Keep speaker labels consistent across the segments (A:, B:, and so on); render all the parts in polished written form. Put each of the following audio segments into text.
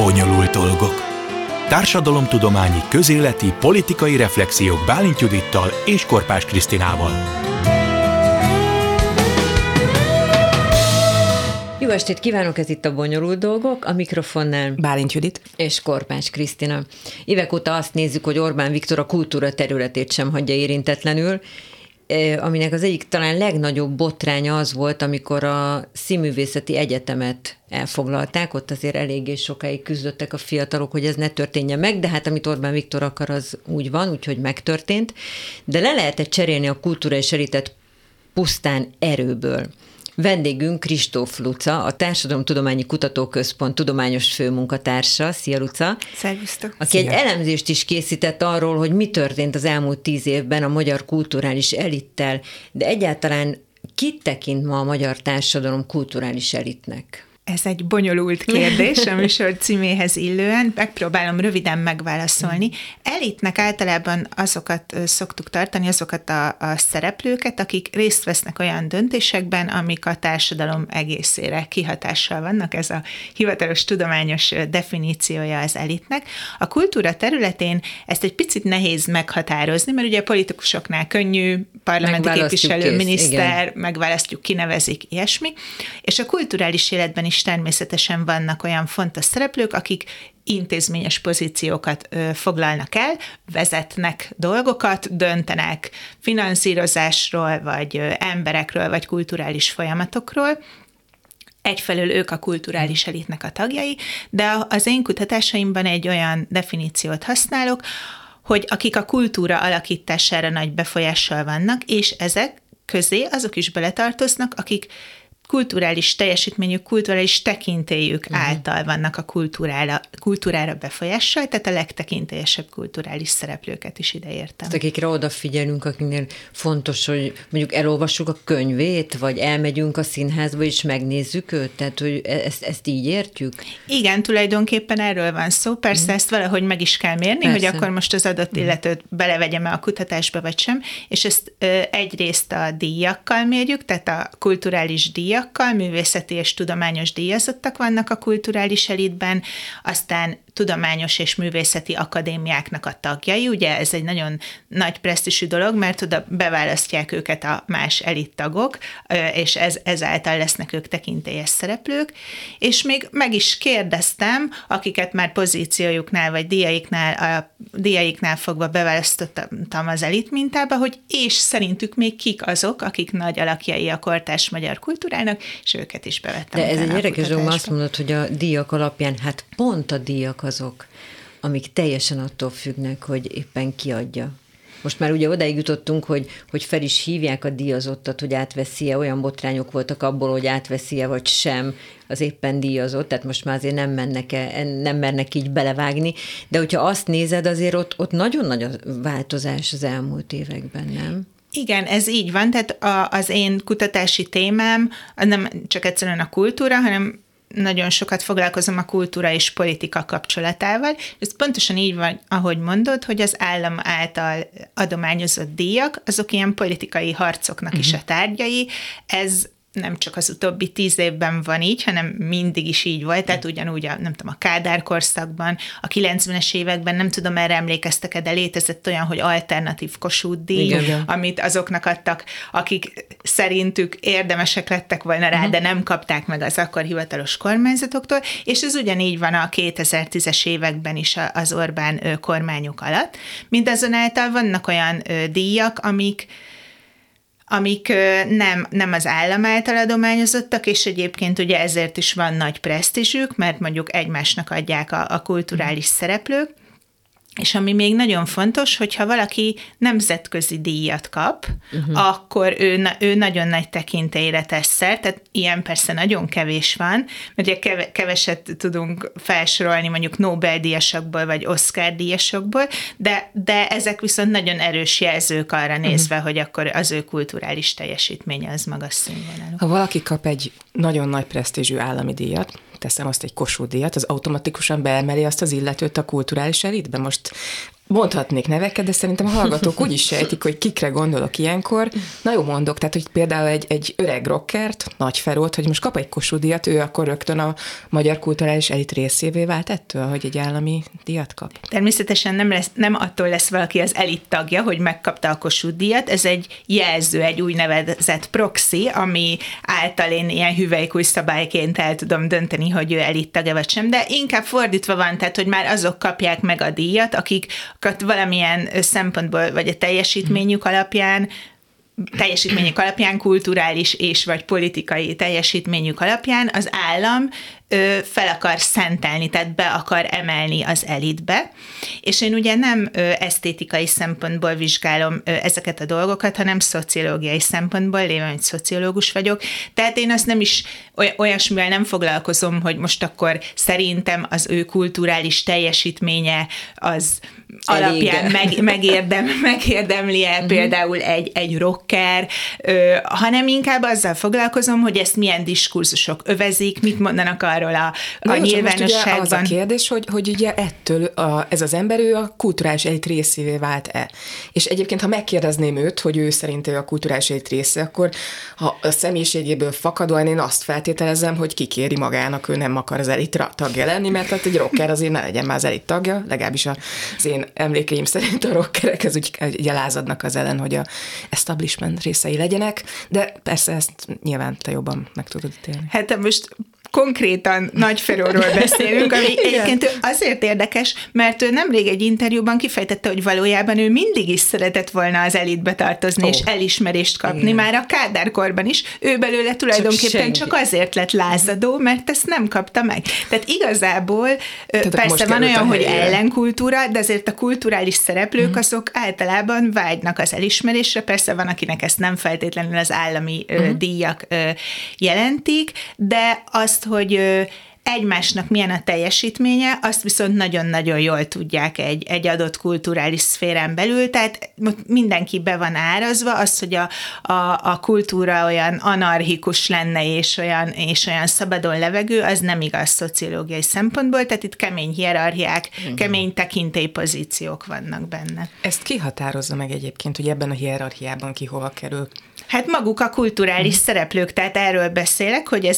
A: Bonyolult dolgok. Társadalomtudományi, közéleti, politikai reflexiók Bálint Judittal és Korpás Krisztinával.
B: Jó estét kívánok, ez itt a Bonyolult dolgok, a mikrofonnál
C: Bálint Judit
B: és Korpás Krisztina. Évek óta azt nézzük, hogy Orbán Viktor a kultúra területét sem hagyja érintetlenül, aminek az egyik talán legnagyobb botránya az volt, amikor a Színművészeti Egyetemet elfoglalták, ott azért eléggé sokáig küzdöttek a fiatalok, hogy ez ne történjen meg, de hát amit Orbán Viktor akar, az úgy van, úgyhogy megtörtént. De le lehetett cserélni a kulturális elitet pusztán erőből. Vendégünk Kristóf Luca, a Társadalomtudományi Kutatóközpont tudományos főmunkatársa. Szia, Luca!
C: Szervusztok!
B: Aki egy elemzést is készített arról, hogy mi történt az elmúlt 10 évben a magyar kulturális elittel, de egyáltalán kit tekint ma a magyar társadalom kulturális elitnek?
C: Ez egy bonyolult kérdés, a műsor címéhez illően, megpróbálom röviden megválaszolni. Elitnek általában azokat szoktuk tartani, azokat a szereplőket, akik részt vesznek olyan döntésekben, amik a társadalom egészére kihatással vannak. Ez a hivatalos tudományos definíciója az elitnek. A kultúra területén ezt egy picit nehéz meghatározni, mert ugye a politikusoknál könnyű, parlamenti képviselő, miniszter, megválasztjuk, kinevezik, ilyesmi. És a kulturális életben is természetesen vannak olyan fontos szereplők, akik intézményes pozíciókat foglalnak el, vezetnek dolgokat, döntenek finanszírozásról, vagy emberekről, vagy kulturális folyamatokról. Egyfelől ők a kulturális elitnek a tagjai, de az én kutatásaimban egy olyan definíciót használok, hogy akik a kultúra alakítására nagy befolyással vannak, és ezek közé azok is beletartoznak, akik kulturális teljesítményük, kulturális tekintélyük által vannak a kultúrára befolyással, tehát a legtekintélyesebb kulturális szereplőket is ideértem.
B: Akikre odafigyelünk, akiknél fontos, hogy mondjuk elolvassuk a könyvét, vagy elmegyünk a színházba és megnézzük őt, tehát hogy ezt így értjük?
C: Igen, tulajdonképpen erről van szó, persze ezt valahogy meg is kell mérni, persze, hogy akkor most az adott illetőt belevegyem-e a kutatásba, vagy sem, és ezt egyrészt a díjakkal mérjük, tehát a kulturális díjakkal, művészeti és tudományos díjazottak vannak a kulturális elitben, aztán tudományos és művészeti akadémiáknak a tagjai, ugye ez egy nagyon nagy presztízsű dolog, mert oda beválasztják őket a más elittagok, és ezáltal lesznek ők tekintélyes szereplők, és még meg is kérdeztem, akiket már pozíciójuknál vagy díjaiknál fogva beválasztottam az elit mintába, hogy és szerintük még kik azok, akik nagy alakjai a kortárs magyar kultúrának, és őket is bevettem.
B: De ez egy érdekes dolog, azt mondod, hogy a díjak alapján, hát pont a díjak azok, amik teljesen attól függnek, hogy éppen kiadja. Most már ugye odáig jutottunk, hogy fel is hívják a díjazottat, hogy átveszi-e, olyan botrányok voltak abból, hogy átveszi-e vagy sem az éppen díjazott, tehát most már azért nem mernek így belevágni, de hogyha azt nézed, azért ott nagyon nagy a változás az elmúlt években, nem?
C: Igen, ez így van, tehát az én kutatási témám nem csak egyszerűen a kultúra, hanem nagyon sokat foglalkozom a kultúra és politika kapcsolatával. Ez pontosan így van, ahogy mondod, hogy az állam által adományozott díjak, azok ilyen politikai harcoknak is a tárgyai. Ez nem csak az utóbbi 10 évben van így, hanem mindig is így volt, tehát ugyanúgy a Kádár korszakban, a 90-es években, nem tudom, erre emlékeztek-e, de létezett olyan, hogy alternatív Kossuth díj, amit azoknak adtak, akik szerintük érdemesek lettek volna rá, de nem kapták meg az akkor hivatalos kormányzatoktól, és ez ugyanígy van a 2010-es években is az Orbán kormányok alatt. Mindazonáltal vannak olyan díjak, amik nem az állam által adományozottak, és egyébként ugye ezért is van nagy presztízsük, mert mondjuk egymásnak adják a kulturális szereplők, és ami még nagyon fontos, hogyha valaki nemzetközi díjat kap, akkor ő nagyon nagy tekintélyre tesz szert, tehát ilyen persze nagyon kevés van, mert ugye keveset tudunk felsorolni mondjuk Nobel-díjasokból, vagy Oscar-díjasokból, de ezek viszont nagyon erős jelzők arra nézve, hogy akkor az ő kulturális teljesítménye az magas színvonalú.
D: Ha valaki kap egy nagyon nagy presztízsű állami díjat, teszem azt egy Kossuth díjat, az automatikusan beemeli azt az illetőt a kulturális elitbe? Most Mondhatnék neveket, de szerintem a hallgatók úgy is sejtik, hogy kikre gondolok ilyenkor. Na jó, mondok, tehát hogy például egy öreg rockert, Nagy Ferót, hogy most kap egy Kossuth-díjat, ő akkor rögtön a magyar kulturális elit részévé vált ettől, hogy egy állami díjat kap.
C: Természetesen nem attól lesz valaki az elit tagja, hogy megkapta a Kossuth-díjat, ez egy jelző, egy úgynevezett proxy, ami által én ilyen hüvelykúj szabályként el tudom dönteni, hogy ő elit tagja vagy sem, de inkább fordítva van, tehát hogy már azok kapják meg a díjat, akiket valamilyen szempontból, vagy a teljesítményük alapján, kulturális és vagy politikai teljesítményük alapján az állam fel akar szentelni, tehát be akar emelni az elitbe. És én ugye nem esztétikai szempontból vizsgálom ezeket a dolgokat, hanem szociológiai szempontból, lévén, hogy szociológus vagyok. Tehát én azt nem is olyasmivel nem foglalkozom, hogy most akkor szerintem az ő kulturális teljesítménye az alapján megérdemli-e például egy rocker, hanem inkább azzal foglalkozom, hogy ezt milyen diskurzusok övezik, mit mondanak arról a nyilvánosságban.
D: Az a kérdés, hogy ugye ettől ez az ember, ő a kulturális elit részévé vált-e. És egyébként, ha megkérdezném őt, hogy ő szerint ő a kulturális elit része, akkor ha a személyiségéből fakadóan én azt feltételezem, hogy kikéri magának, ő nem akar az elit tagja lenni, mert hát egy rocker azért ne legyen már az elit tagja, legalábbis az én emlékeim szerint a rockerek az úgy lázadnak az ellen, hogy a establishment részei legyenek, de persze ezt nyilván te jobban meg tudod ítélni.
C: Hát most konkrétan Nagy Feróról beszélünk, ami egyébként azért érdekes, mert ő nemrég egy interjúban kifejtette, hogy valójában ő mindig is szeretett volna az elitbe tartozni, és elismerést kapni, igen. Már a Kádár korban is. Ő belőle tulajdonképpen csak azért lett lázadó, mert ezt nem kapta meg. Tehát igazából persze van olyan, hogy ellenkultúra, de azért a kulturális szereplők azok általában vágynak az elismerésre, persze van, akinek ezt nem feltétlenül az állami díjak jelentik, de azt, hogy egymásnak milyen a teljesítménye, azt viszont nagyon-nagyon jól tudják egy adott kulturális szférán belül, tehát mindenki be van árazva, az, hogy a kultúra olyan anarchikus lenne, és olyan szabadon levegő, az nem igaz szociológiai szempontból, tehát itt kemény hierarchiák, kemény tekintélypozíciók vannak benne.
D: Ezt ki határozza meg egyébként, hogy ebben a hierarchiában ki hova kerül?
C: Hát maguk a kulturális szereplők, tehát erről beszélek, hogy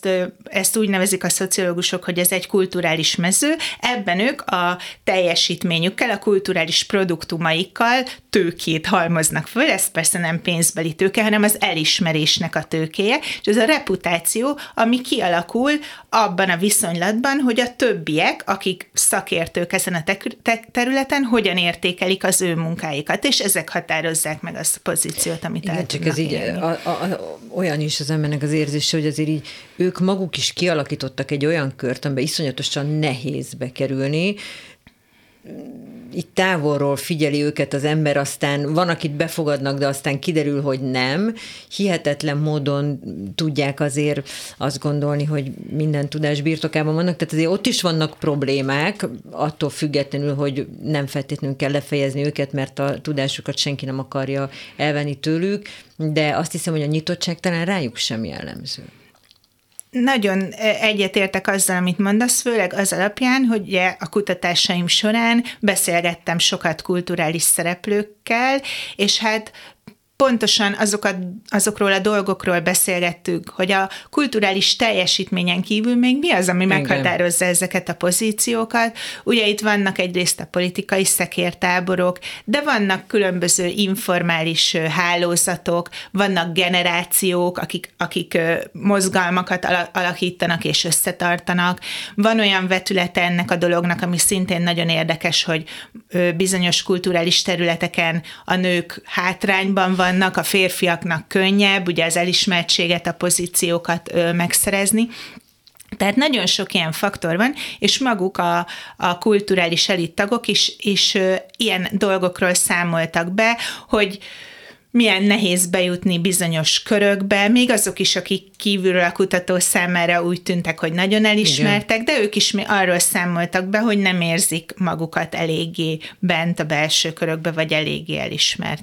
C: ezt úgy nevezik a szociológusok, hogy ez egy kulturális mező, ebben ők a teljesítményükkel, a kulturális produktumaikkal tőkét halmoznak föl, ez persze nem pénzbeli tőke, hanem az elismerésnek a tőkéje, és ez a reputáció, ami kialakul abban a viszonylatban, hogy a többiek, akik szakértők ezen a területen, hogyan értékelik az ő munkáikat, és ezek határozzák meg azt a pozíciót, amit el tudnak
B: ez így olyan is az embernek az érzése, hogy azért így ők maguk is kialakítottak egy olyan kört, amiben iszonyatosan nehéz bekerülni. Itt távolról figyeli őket az ember, aztán van, akit befogadnak, de aztán kiderül, hogy nem. Hihetetlen módon tudják azért azt gondolni, hogy minden tudás birtokában vannak, tehát azért ott is vannak problémák, attól függetlenül, hogy nem feltétlenül kell lefejezni őket, mert a tudásukat senki nem akarja elvenni tőlük, de azt hiszem, hogy a nyitottság talán rájuk sem jellemző.
C: Nagyon egyetértek azzal, amit mondasz, főleg az alapján, hogy a kutatásaim során beszélgettem sokat kulturális szereplőkkel, és hát pontosan azokról a dolgokról beszélgettünk, hogy a kulturális teljesítményen kívül még mi az, ami meghatározza ezeket a pozíciókat. Ugye itt vannak egyrészt a politikai szekértáborok, de vannak különböző informális hálózatok, vannak generációk, akik mozgalmakat alakítanak és összetartanak. Van olyan vetülete ennek a dolognak, ami szintén nagyon érdekes, hogy bizonyos kulturális területeken a nők hátrányban vannak, a férfiaknak könnyebb, ugye az elismertséget, a pozíciókat megszerezni. Tehát nagyon sok ilyen faktor van, és maguk a kulturális elittagok is ilyen dolgokról számoltak be, hogy milyen nehéz bejutni bizonyos körökbe, még azok is, akik kívülről a kutató számára úgy tűntek, hogy nagyon elismertek, igen. De ők is arról számoltak be, hogy nem érzik magukat eléggé bent a belső körökbe, vagy eléggé elismertnek.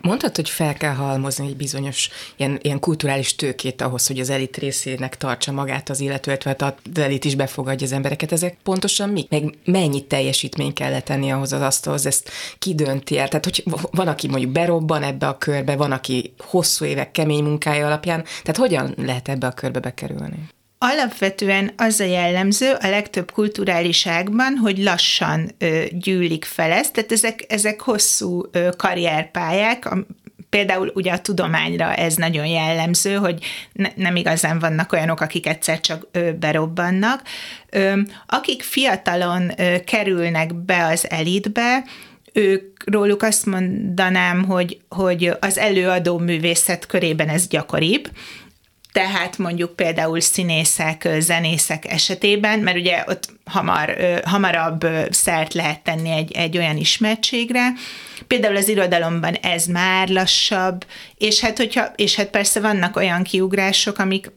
D: Mondhatod, hogy fel kell halmozni egy bizonyos ilyen kulturális tőkét ahhoz, hogy az elit részének tartsa magát az illető, illetve az elit is befogadja az embereket. Ezek pontosan mi? Meg mennyi teljesítmény kell letenni ahhoz az asztalhoz, ezt ki dönti el? Tehát, hogy van, aki mondjuk berobban ebbe a körbe, van, aki hosszú évek kemény munkája alapján, tehát hogyan lehet ebbe a körbe bekerülni?
C: Alapvetően az a jellemző a legtöbb kulturális ágban, hogy lassan gyűlik fel ez, tehát ezek hosszú karrierpályák, például ugye a tudományra ez nagyon jellemző, hogy nem igazán vannak olyanok, akik egyszer csak berobbannak. Akik fiatalon kerülnek be az elitbe, róluk azt mondanám, hogy az előadó művészet körében ez gyakoribb, tehát mondjuk például színészek, zenészek esetében, mert ugye ott hamarabb szert lehet tenni egy olyan ismertségre. Például az irodalomban ez már lassabb, és hát persze vannak olyan kiugrások,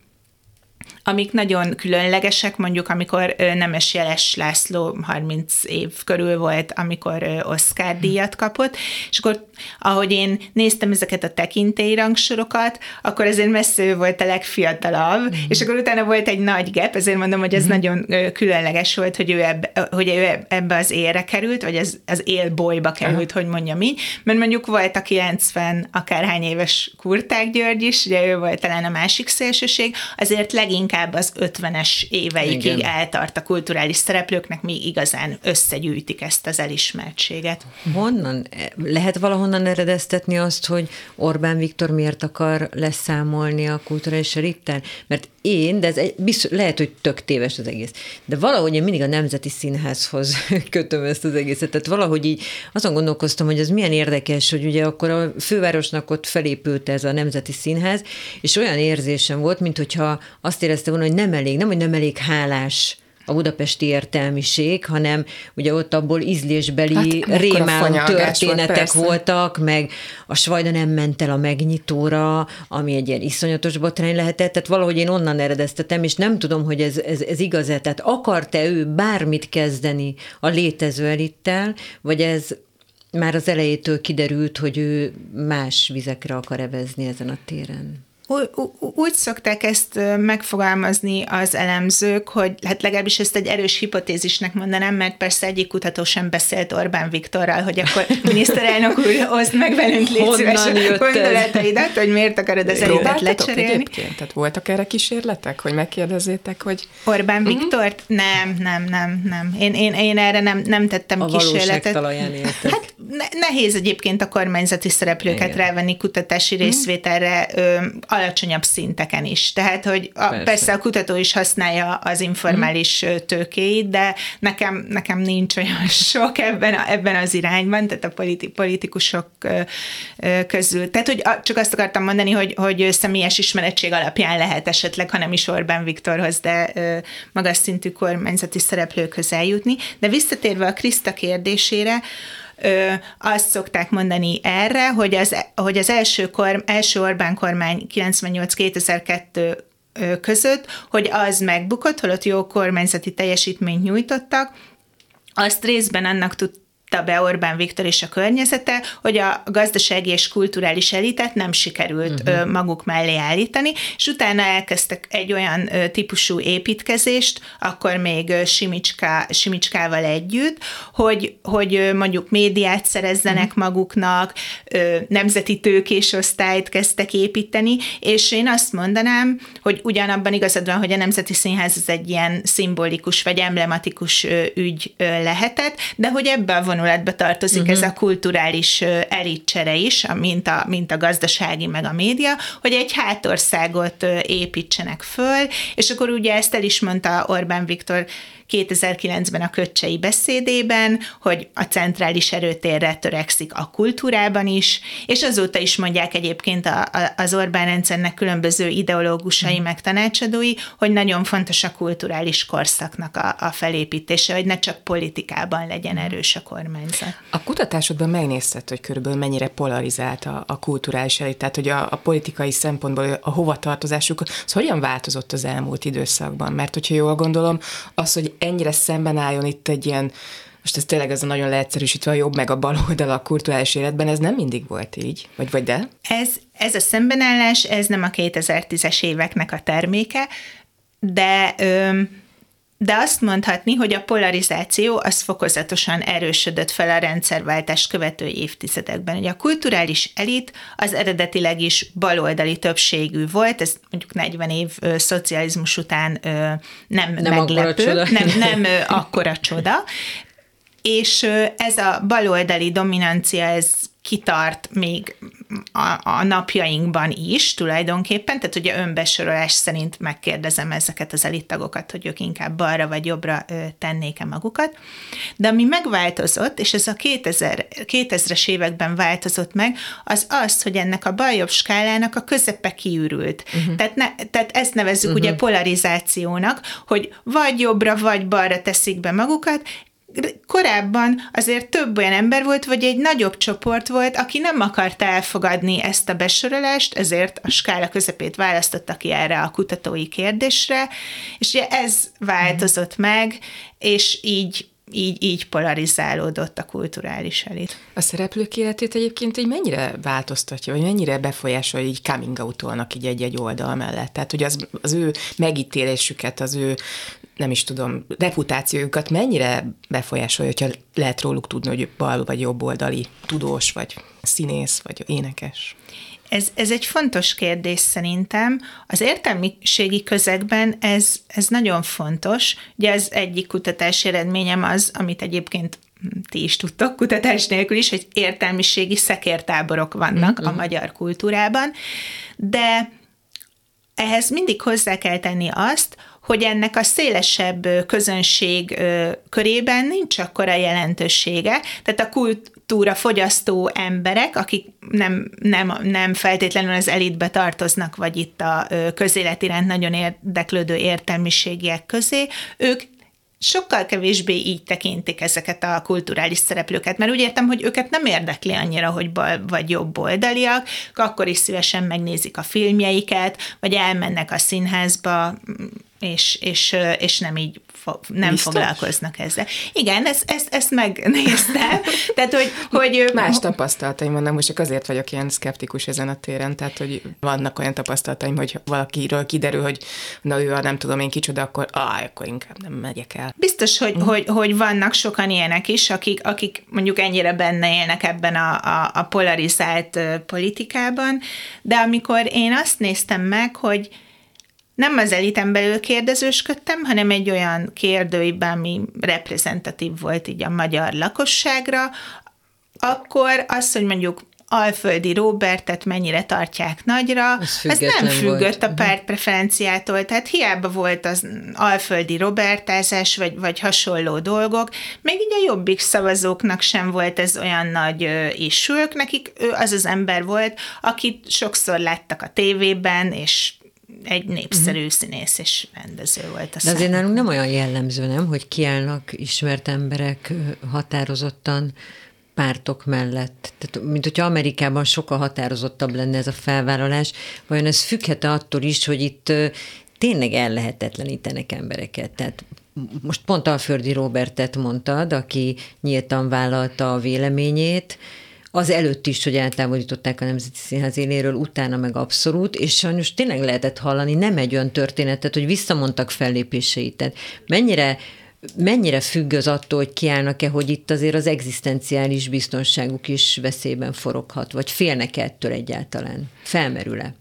C: amik nagyon különlegesek, mondjuk amikor Nemes Jeles László 30 év körül volt, amikor Oscar-díjat kapott, és akkor ahogy én néztem ezeket a tekintélyrang-sorokat, akkor azért messze ő volt a legfiatalabb, és akkor utána volt egy nagy gap, ezért mondom, hogy ez nagyon különleges volt, hogy ő ebbe az élre került, vagy az élbolyba került, hogy mondjam így, mert mondjuk volt a 90 akárhány éves Kurták György is, ugye ő volt talán a másik szélsőség, azért leginkább az 50-es éveikig eltart a kulturális szereplőknek, míg igazán összegyűjtik ezt az elismertséget.
B: Honnan? Lehet valahonnan eredeztetni azt, hogy Orbán Viktor miért akar leszámolni a kulturális elittel? Mert de ez lehet, hogy tök téves az egész, de valahogy én mindig a Nemzeti Színházhoz kötöm ezt az egészet. Tehát valahogy így azon gondolkoztam, hogy ez milyen érdekes, hogy ugye akkor a fővárosnak ott felépült ez a Nemzeti Színház, és olyan érzésem volt, minthogyha azt érezte volna, hogy nem elég hálás a budapesti értelmiség, hanem ugye ott abból ízlésbeli rémálom történetek voltak, meg a Svajda nem ment el a megnyitóra, ami egy ilyen iszonyatos botrány lehetett, tehát valahogy én onnan eredeztetem, és nem tudom, hogy ez igaz-e, tehát akart-e ő bármit kezdeni a létező elittel, vagy ez már az elejétől kiderült, hogy ő más vizekre akar evezni ezen a téren?
C: Úgy szokták ezt megfogalmazni az elemzők, hogy hát legalábbis ezt egy erős hipotézisnek mondanám, mert persze egyik kutató sem beszélt Orbán Viktorral, hogy akkor miniszterelnök úr, oszd meg velünk, légy szíves gondolataidat, hogy miért akarod az elitet lecserélni.
D: Egyébként? Tehát voltak erre kísérletek, hogy megkérdezzétek, hogy...
C: Orbán Viktort? Nem. Én erre nem tettem kísérletet. A valóság
B: talaján éltek.
C: Hát nehéz egyébként a kormányzati szereplőket rávenni kutatási részvételre, alacsonyabb szinteken is. Tehát, hogy persze a kutató is használja az informális tőkéit, de nekem nincs olyan sok ebben az irányban, tehát a politikusok közül. Tehát, hogy csak azt akartam mondani, hogy személyes ismerettség alapján lehet esetleg, ha nem is Orbán Viktorhoz, de magas szintű kormányzati szereplőkhöz eljutni. De visszatérve a Kriszta kérdésére, azt szokták mondani erre, hogy az első Orbán kormány 98-2002 között, hogy az megbukott, holott jó kormányzati teljesítményt nyújtottak, azt részben annak tudta be Orbán Viktor és a környezete, hogy a gazdasági és kulturális elitet nem sikerült maguk mellé állítani, és utána elkezdtek egy olyan típusú építkezést, akkor még Simicskával együtt, hogy mondjuk médiát szerezzenek maguknak, nemzeti tőkés osztályt kezdtek építeni, és én azt mondanám, hogy ugyanabban igazad van, hogy a Nemzeti Színház ez egy ilyen szimbolikus vagy emblematikus ügy lehetett, de hogy ebbe a vonulatba tartozik ez a kulturális elitcsere is, mint a gazdasági meg a média, hogy egy hátországot építsenek föl, és akkor ugye ezt el is mondta Orbán Viktor 2009-ben a Köccsei beszédében, hogy a centrális erőtérre törekszik a kultúrában is, és azóta is mondják egyébként az Orbán rendszernek különböző ideológusai meg tanácsadói, hogy nagyon fontos a kulturális korszaknak a felépítése, hogy ne csak politikában legyen erős a kormányzat.
D: A kutatásodban megnézted, hogy körülbelül mennyire polarizált a kulturális elit, tehát hogy a politikai szempontból a hovatartozásuk, az hogyan változott az elmúlt időszakban? Mert hogyha jól gondolom, az, hogy ennyire szemben álljon itt egy ilyen Most ez tényleg ez a nagyon leegyszerűsítve a jobb meg a bal oldal a kulturális életben, ez nem mindig volt így, vagy de?
C: Ez a szembenállás, ez nem a 2010-es éveknek a terméke, de azt mondhatni, hogy a polarizáció az fokozatosan erősödött fel a rendszerváltást követő évtizedekben. Ugye a kulturális elit az eredetileg is baloldali többségű volt, ez mondjuk 40 év szocializmus után nem meglepő, nem akkora csoda, és ez a baloldali dominancia, ez kitart még a napjainkban is tulajdonképpen, tehát ugye önbesorolás szerint megkérdezem ezeket az elittagokat, hogy ők inkább balra vagy jobbra tennék-e magukat, de ami megváltozott, és ez a 2000-es években változott meg, az, hogy ennek a bal-jobb skálának a közepe kiürült. Tehát ezt nevezzük ugye polarizációnak, hogy vagy jobbra, vagy balra teszik be magukat. Korábban azért több olyan ember volt, vagy egy nagyobb csoport volt, aki nem akarta elfogadni ezt a besorolást, ezért a skála közepét választotta ki erre a kutatói kérdésre, és ugye ez változott meg, és így polarizálódott a kulturális elit.
D: A szereplők életét egyébként így mennyire változtatja, vagy mennyire befolyásolja így coming out-olnak így egy oldal mellett? Tehát, hogy az ő megítélésüket, az ő, nem is tudom, reputációjukat mennyire befolyásolja, hogyha lehet róluk tudni, hogy bal vagy jobb oldali tudós, vagy színész, vagy énekes?
C: Ez egy fontos kérdés szerintem. Az értelmiségi közegben ez nagyon fontos. Ugye az egyik kutatási eredményem az, amit egyébként ti is tudtok kutatás nélkül is, hogy értelmiségi szekértáborok vannak a magyar kultúrában, de ehhez mindig hozzá kell tenni azt, hogy ennek a szélesebb közönség körében nincs akkora jelentősége, tehát a kultúra fogyasztó emberek, akik nem feltétlenül az elitbe tartoznak, vagy itt a közélet iránt nagyon érdeklődő értelmiségiek közé, ők sokkal kevésbé így tekintik ezeket a kulturális szereplőket, mert úgy értem, hogy őket nem érdekli annyira, hogy bal vagy jobb oldaliak, akkor is szívesen megnézik a filmjeiket, vagy elmennek a színházba, és nem foglalkoznak ezzel. Igen, ezt megnéztem. Tehát, hogy
D: más tapasztalataim vannak, most csak azért vagyok ilyen szkeptikus ezen a téren, tehát, hogy vannak olyan tapasztalataim, hogy valakiről kiderül, hogy na ő a nem tudom én kicsoda, akkor inkább nem megyek el.
C: Biztos, hogy vannak sokan ilyenek is, akik mondjuk ennyire benne élnek ebben a polarizált politikában, de amikor én azt néztem meg, hogy nem az eliten belül kérdezősködtem, hanem egy olyan kérdőiben, ami reprezentatív volt így a magyar lakosságra, akkor az, hogy mondjuk Alföldi Róbertet mennyire tartják nagyra, ez nem függött a pártpreferenciától, tehát hiába volt az alföldi Robertázás, vagy hasonló dolgok, még így a Jobbik szavazóknak sem volt ez olyan nagy issők, nekik ő az az ember volt, akit sokszor láttak a tévében, és egy népszerű színész és rendező volt.
B: De azért nálunk nem olyan jellemző, nem, hogy kiállnak ismert emberek határozottan pártok mellett. Tehát, mint hogyha Amerikában sokkal határozottabb lenne ez a felvállalás, vajon ez függhet attól is, hogy itt tényleg ellehetetlenítenek embereket. Tehát most pont Alföldi Róbertet mondtad, aki nyíltan vállalta a véleményét, az előtt is, hogy eltávolították a Nemzeti Színház éléről, utána meg abszolút, és sajnos tényleg lehetett hallani nem egy olyan történetet, hogy visszamondtak fellépéseit. Tehát mennyire függ az attól, hogy kiállnak-e, hogy itt azért az egzisztenciális biztonságuk is veszélyben foroghat, vagy félnek ettől egyáltalán? Felmerül-e?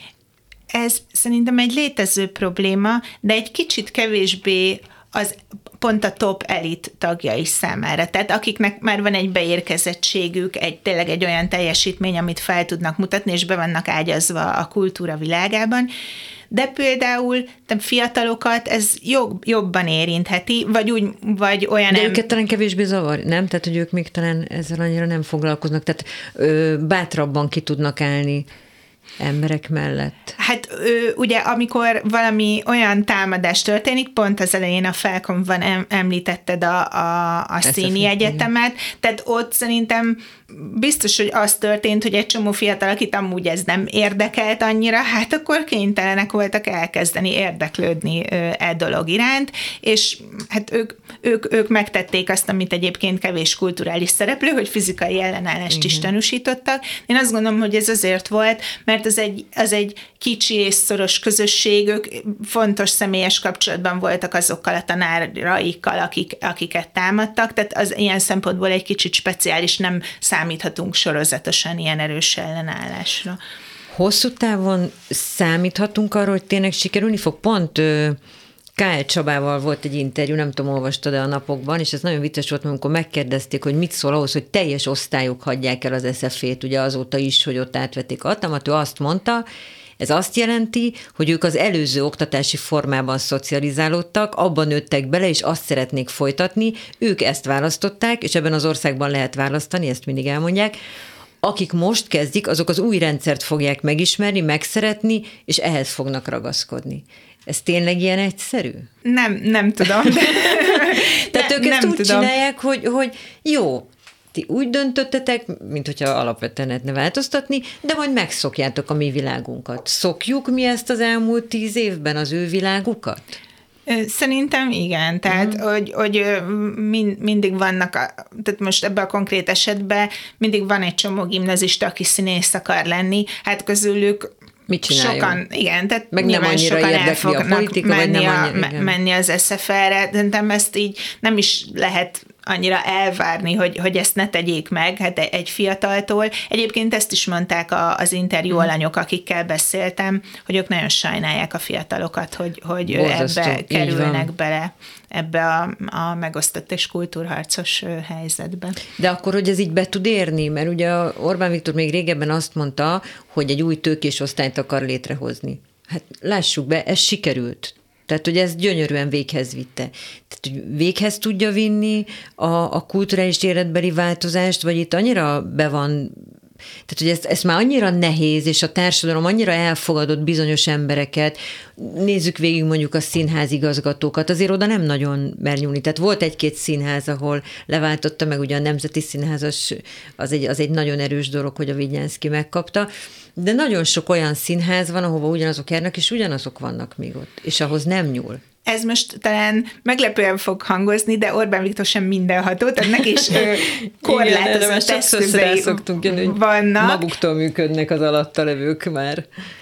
C: Ez szerintem egy létező probléma, de egy kicsit kevésbé az pont a top elit tagjai számára. Tehát akiknek már van egy beérkezettségük, tényleg egy olyan teljesítmény, amit fel tudnak mutatni, és be vannak ágyazva a kultúra világában, de például fiatalokat ez jobban érintheti, vagy olyan...
B: De őket talán kevésbé zavar, nem? Tehát, hogy ők még talán ezzel annyira nem foglalkoznak, tehát bátrabban ki tudnak állni. emberek mellett?
C: Hát ugye, amikor valami olyan támadás történik, pont az elején a Falconban említetted a színi egyetemet, tehát ott szerintem biztos, hogy az történt, hogy egy csomó fiatal, akit amúgy ez nem érdekelt annyira, hát akkor kénytelenek voltak elkezdeni érdeklődni dolog iránt, és hát ők megtették azt, amit egyébként kevés kulturális szereplő, hogy fizikai ellenállást is tanúsítottak. Én azt gondolom, hogy ez azért volt, mert az egy kicsi és szoros közösség, ők fontos személyes kapcsolatban voltak azokkal a tanáraikkal, akiket támadtak, tehát az ilyen szempontból egy kicsit speciális, nem számíthatunk sorozatosan ilyen erős ellenállásra.
B: Hosszú távon számíthatunk arra, hogy tényleg sikerülni fog? Pont K.L. Csabával volt egy interjú, nem tudom, olvastad-e a napokban, és ez nagyon vicces volt, amikor megkérdezték, hogy mit szól ahhoz, hogy teljes osztályok hagyják el az SZF-t, ugye azóta is, hogy ott átvették a hatalmat, ő azt mondta, ez azt jelenti, hogy ők az előző oktatási formában szocializálódtak, abban nőttek bele, és azt szeretnék folytatni, ők ezt választották, és ebben az országban lehet választani, ezt mindig elmondják. Akik most kezdik, azok az új rendszert fogják megismerni, megszeretni, és ehhez fognak ragaszkodni. Ez tényleg ilyen egyszerű?
C: Nem tudom.
B: Tehát ők ezt úgy csinálják, hogy jó, ti úgy döntöttetek, mint hogyha alapvetően lehetne változtatni, de majd megszokjátok a mi világunkat. Szokjuk mi ezt az elmúlt 10 évben, az ő világukat?
C: Szerintem igen, tehát hogy mindig vannak, tehát most ebben a konkrét esetben mindig van egy csomó gimnazista, aki színész akar lenni, hát közülük
B: mit csináljon?
C: Sokan, igen, tehát
B: meg nem annyira érdekli a politika, vagy nem annyira,
C: menni az SFR-re, de ezt így nem is lehet annyira elvárni, hogy ezt ne tegyék meg, hát egy fiataltól. Egyébként ezt is mondták az interjú alanyok, akikkel beszéltem, hogy ők nagyon sajnálják a fiatalokat, hogy ebbe kerülnek bele, ebbe a megosztott és kultúrharcos helyzetbe.
B: De akkor, hogy ez így be tud érni? Mert ugye Orbán Viktor még régebben azt mondta, hogy egy új tőkés osztályt akar létrehozni. Hát lássuk be, ez sikerült. Tehát, hogy ez gyönyörűen véghez vitte. Tehát, hogy véghez tudja vinni a kulturális életbeli változást, vagy itt annyira be van, tehát, hogy ez már annyira nehéz, és a társadalom annyira elfogadott bizonyos embereket, nézzük végig mondjuk a színházigazgatókat, azért oda nem nagyon mer nyúlni. Tehát volt egy-két színház, ahol leváltotta meg, ugye a Nemzeti Színházas, az egy nagyon erős dolog, hogy a Vignyánszky megkapta, de nagyon sok olyan színház van, ahova ugyanazok járnak, és ugyanazok vannak még ott, és ahhoz nem nyúl.
C: Ez most talán meglepően fog hangozni, de Orbán Viktor sem mindenható, tehát neki is korlátozott eszközei vannak.
B: Maguktól működnek az alatta levők már.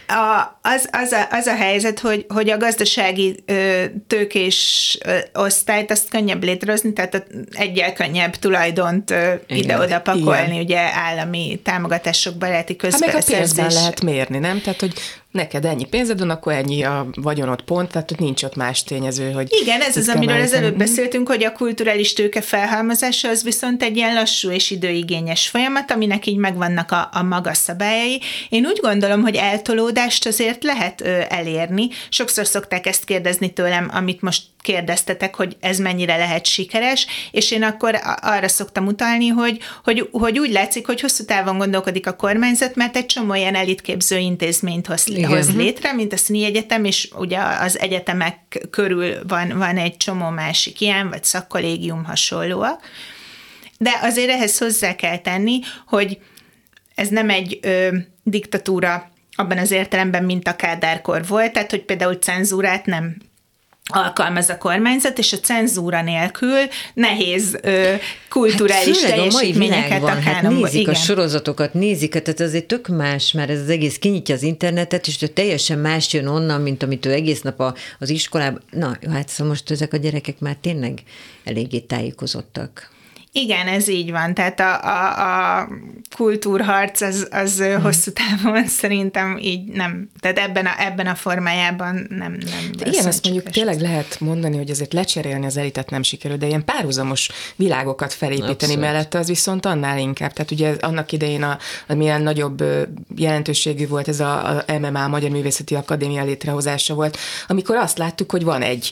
C: Az a helyzet, hogy a gazdasági tőkés osztályt azt könnyebb létrehozni, tehát egyel könnyebb tulajdont ide-oda pakolni, ugye állami támogatásokba leheti közbeszerzés.
D: Hát meg a pénzben lehet mérni, nem? Tehát, hogy neked ennyi pénzed van, akkor ennyi a vagyonod pont, tehát ott nincs ott más tényező, hogy...
C: Igen, ez az, amiről ezelőtt beszéltünk, hogy a kulturális tőke felhalmozása az viszont egy ilyen lassú és időigényes folyamat, aminek így megvannak a maga szabályai. Én úgy gondolom, hogy eltolódást azért lehet elérni. Sokszor szokták ezt kérdezni tőlem, amit most kérdeztetek, hogy ez mennyire lehet sikeres, és én akkor arra szoktam utalni, hogy úgy látszik, hogy hosszú távon gondolkodik a kormányzat, mert egy csomó ilyen elitképző intézményt hoz létre, mint a Színi Egyetem, és ugye az egyetemek körül van egy csomó másik ilyen, vagy szakkollégium hasonlóak. De azért ehhez hozzá kell tenni, hogy ez nem egy diktatúra abban az értelemben, mint a Kádárkor volt, tehát hogy például cenzúrát nem alkalmaz a kormányzat, és a cenzúra nélkül nehéz kulturális teljesítményeket a
B: Kánonban. Nézik igen. A sorozatokat, nézik, tehát azért tök más, mert ez az egész kinyitja az internetet, és teljesen más jön onnan, mint amit ő egész nap az iskolában. Na, hát szóval most ezek a gyerekek már tényleg eléggé tájékozottak.
C: Igen, ez így van. Tehát a kultúrharc az hosszú távon szerintem így nem, tehát ebben a formájában nem
D: igen, azt mondjuk tényleg lehet mondani, hogy azért lecserélni az elitet nem sikerül, de ilyen párhuzamos világokat felépíteni abszolút. Mellette az viszont annál inkább. Tehát ugye annak idején amilyen nagyobb jelentőségű volt ez a MMA, Magyar Művészeti Akadémia létrehozása volt, amikor azt láttuk, hogy van egy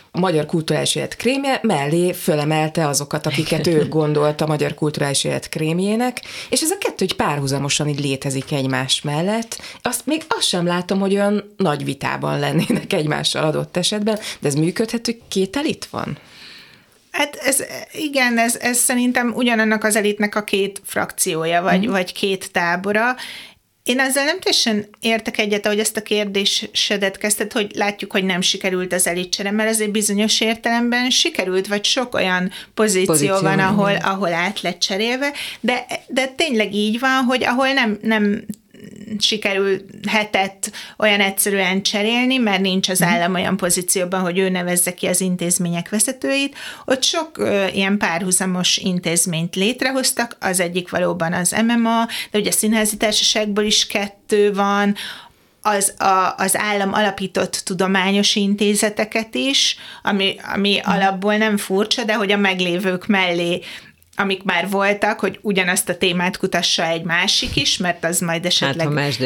D: magyar kulturális élet krémje mellé fölemelte azokat, akiket ő gondolt a magyar kulturális élet krémjének, és ez a kettő így párhuzamosan így létezik egymás mellett. Még azt sem látom, hogy olyan nagy vitában lennének egymással adott esetben, de ez működhet, hogy két elit van?
C: Hát ez szerintem ugyanannak az elitnek a két frakciója, vagy két tábora. Én ezzel nem teljesen értek egyet, ahogy ezt a kérdésedet kezdted, hogy látjuk, hogy nem sikerült az elitcsere, mert azért bizonyos értelemben sikerült, vagy sok olyan pozíció van, ahol át lett cserélve, de tényleg így van, hogy ahol nem sikerülhetett olyan egyszerűen cserélni, mert nincs az állam olyan pozícióban, hogy ő nevezze ki az intézmények vezetőit. Ott sok ilyen párhuzamos intézményt létrehoztak, az egyik valóban az MMA, de ugye a színházi társaságból is 2 van, az állam alapított tudományos intézeteket is, ami alapból nem furcsa, de hogy a meglévők mellé, amik már voltak, hogy ugyanazt a témát kutassa egy másik is, mert az majd esetleg...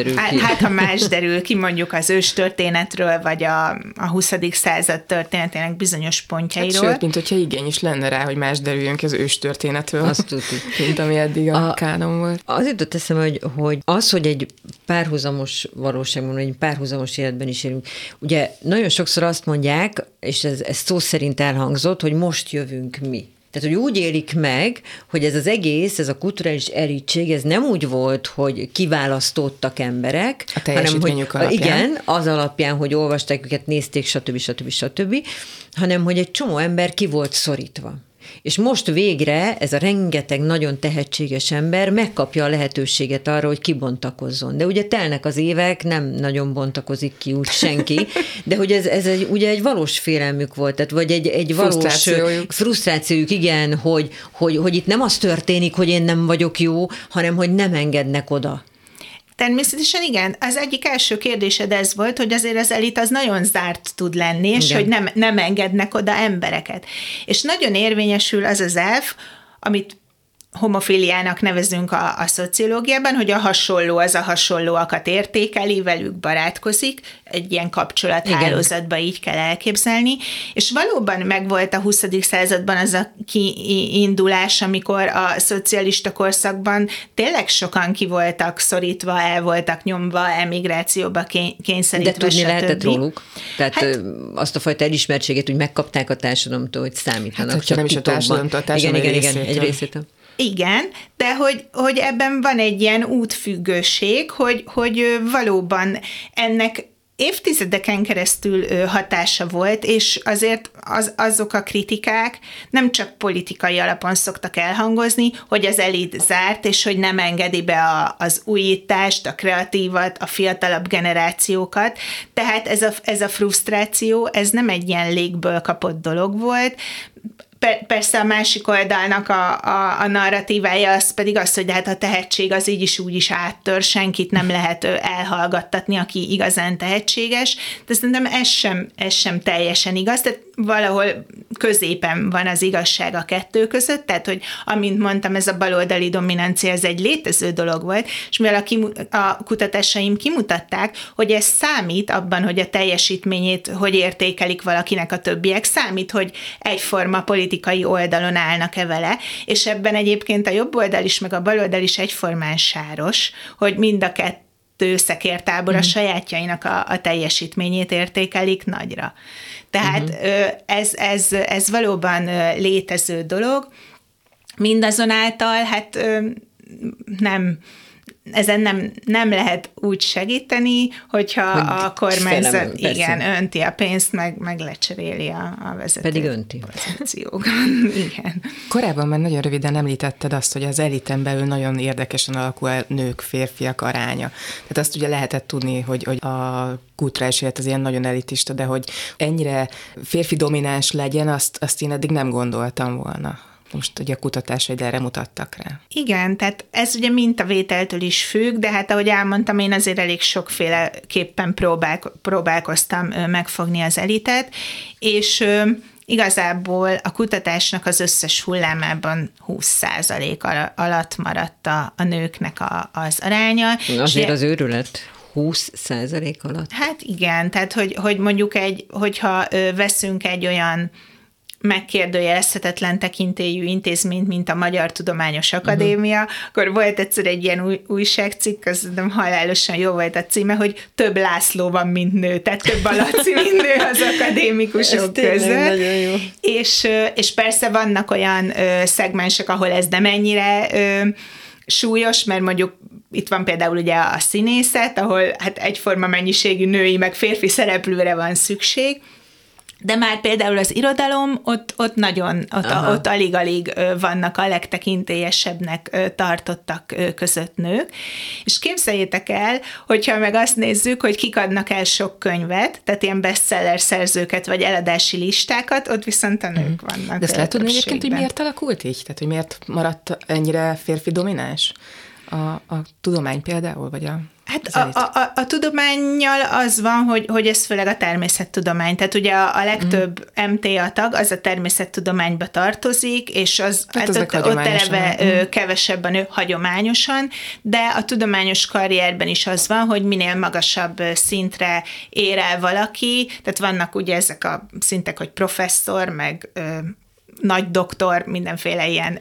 C: ha más derül ki, mondjuk az őstörténetről, vagy a 20. század történetének bizonyos pontjairól.
D: Sőt, mint hogyha igény is lenne rá, hogy más derüljön ki az őstörténetről.
B: Azt tudjuk.
D: Mint ami eddig a kánon volt.
B: Az jutott eszembe, hogy egy párhuzamos valóságban, vagy egy párhuzamos életben is élünk. Ugye nagyon sokszor azt mondják, és ez szó szerint elhangzott, hogy most jövünk mi. Tehát, hogy úgy élik meg, hogy ez az egész, ez a kulturális elitség, ez nem úgy volt, hogy kiválasztottak emberek,
D: a teljesítményük
B: hanem, hogy,
D: alapján.
B: igen, az alapján, hogy olvasták őket, nézték, stb., hanem, hogy egy csomó ember ki volt szorítva. És most végre ez a rengeteg nagyon tehetséges ember megkapja a lehetőséget arra, hogy kibontakozzon. De ugye telnek az évek, nem nagyon bontakozik ki úgy senki, de hogy ez ugye egy valós félelmük volt, tehát vagy egy valós frusztrációjuk, igen, hogy itt nem az történik, hogy én nem vagyok jó, hanem hogy nem engednek oda.
C: Természetesen igen. Az egyik első kérdésed ez volt, hogy azért az elit az nagyon zárt tud lenni, és igen, hogy nem engednek oda embereket. És nagyon érvényesül az az elv, amit homofiliának nevezünk a szociológiában, hogy a hasonló az a hasonlóakat értékeli, velük barátkozik, egy ilyen kapcsolathálózatban így kell elképzelni, és valóban megvolt a 20. században az a kiindulás, amikor a szocialista korszakban tényleg sokan ki voltak szorítva, el voltak nyomva, emigrációba kényszerítve.
B: De tudni lehetett róluk? Tehát azt a fajta elismertséget úgy megkapták a társadalomtól, hogy számítanak.
D: Hát, csak nem is a társadalomtól, a társadalom
B: igen, egy részétől.
C: Igen, de hogy ebben van egy ilyen útfüggőség, hogy valóban ennek évtizedeken keresztül hatása volt, és azért azok a kritikák nem csak politikai alapon szoktak elhangozni, hogy az elit zárt, és hogy nem engedi be az újítást, a kreatívat, a fiatalabb generációkat. Tehát ez a frusztráció, ez nem egy ilyen légből kapott dolog volt. Persze a másik oldalnak a narratívája az pedig az, hogy de hát a tehetség az így is úgy is áttör, senkit nem lehet elhallgattatni, aki igazán tehetséges, de szerintem ez sem teljesen igaz, tehát valahol középen van az igazság a kettő között, tehát hogy amint mondtam, ez a baloldali dominancia, ez egy létező dolog volt, és mivel a kutatásaim kimutatták, hogy ez számít abban, hogy a teljesítményét hogy értékelik valakinek a többiek, számít, hogy egyforma politikai oldalon állnak-e vele, és ebben egyébként a jobb oldal is, meg a baloldal is egyformán sáros, hogy mind a kettő szekértábor a sajátjainak a teljesítményét értékelik nagyra. Tehát ez valóban létező dolog. Mindazonáltal, hát ezen nem lehet úgy segíteni, hogyha a kormányzat önti a pénzt, meg lecseréli a vezető.
B: Pedig önti.
C: Igen.
D: Korábban már nagyon röviden említetted azt, hogy az eliten belül nagyon érdekesen alakul a nők-férfiak aránya. Tehát azt ugye lehetett tudni, hogy a kulturális élet az ilyen nagyon elitista, de hogy ennyire férfi domináns legyen, azt én eddig nem gondoltam volna. Most ugye a kutatásaid erre mutattak rá.
C: Igen, tehát ez ugye mintavételtől is függ, de hát ahogy elmondtam, én azért elég sokféleképpen próbálkoztam megfogni az elitet, és igazából a kutatásnak az összes hullámában 20% alatt maradt a nőknek az aránya.
B: Azért az őrület. 20% alatt?
C: Hát igen, tehát hogy mondjuk hogyha veszünk egy olyan megkérdőjelezhetetlen tekintélyű intézményt, mint a Magyar Tudományos Akadémia, akkor volt egyszer egy ilyen újságcikk, az nem halálosan jó volt a címe, hogy több László van, mint nő, tehát több a Laci, mint nő az akadémikusok között. És persze vannak olyan szegmensek, ahol ez nem ennyire súlyos, mert mondjuk itt van például ugye a színészet, ahol hát egyforma mennyiségű női meg férfi szereplőre van szükség, de már például az irodalom, ott alig-alig vannak a legtekintélyesebbnek tartottak között nők. És képzeljétek el, hogyha meg azt nézzük, hogy kik adnak el sok könyvet, tehát ilyen bestseller szerzőket, vagy eladási listákat, ott viszont a nők vannak.
D: De ezt lehet tudni egyébként, hogy miért alakult így? Tehát, hogy miért maradt ennyire férfi domináns? A tudomány például, vagy a...
C: Hát a tudománnyal az van, hogy ez főleg a természettudomány. Tehát ugye a legtöbb MTA tag az a természettudományba tartozik, és ott eleve kevesebb a nő hagyományosan, de a tudományos karrierben is az van, hogy minél magasabb szintre ér el valaki, tehát vannak ugye ezek a szintek, hogy professzor, meg nagy doktor, mindenféle ilyen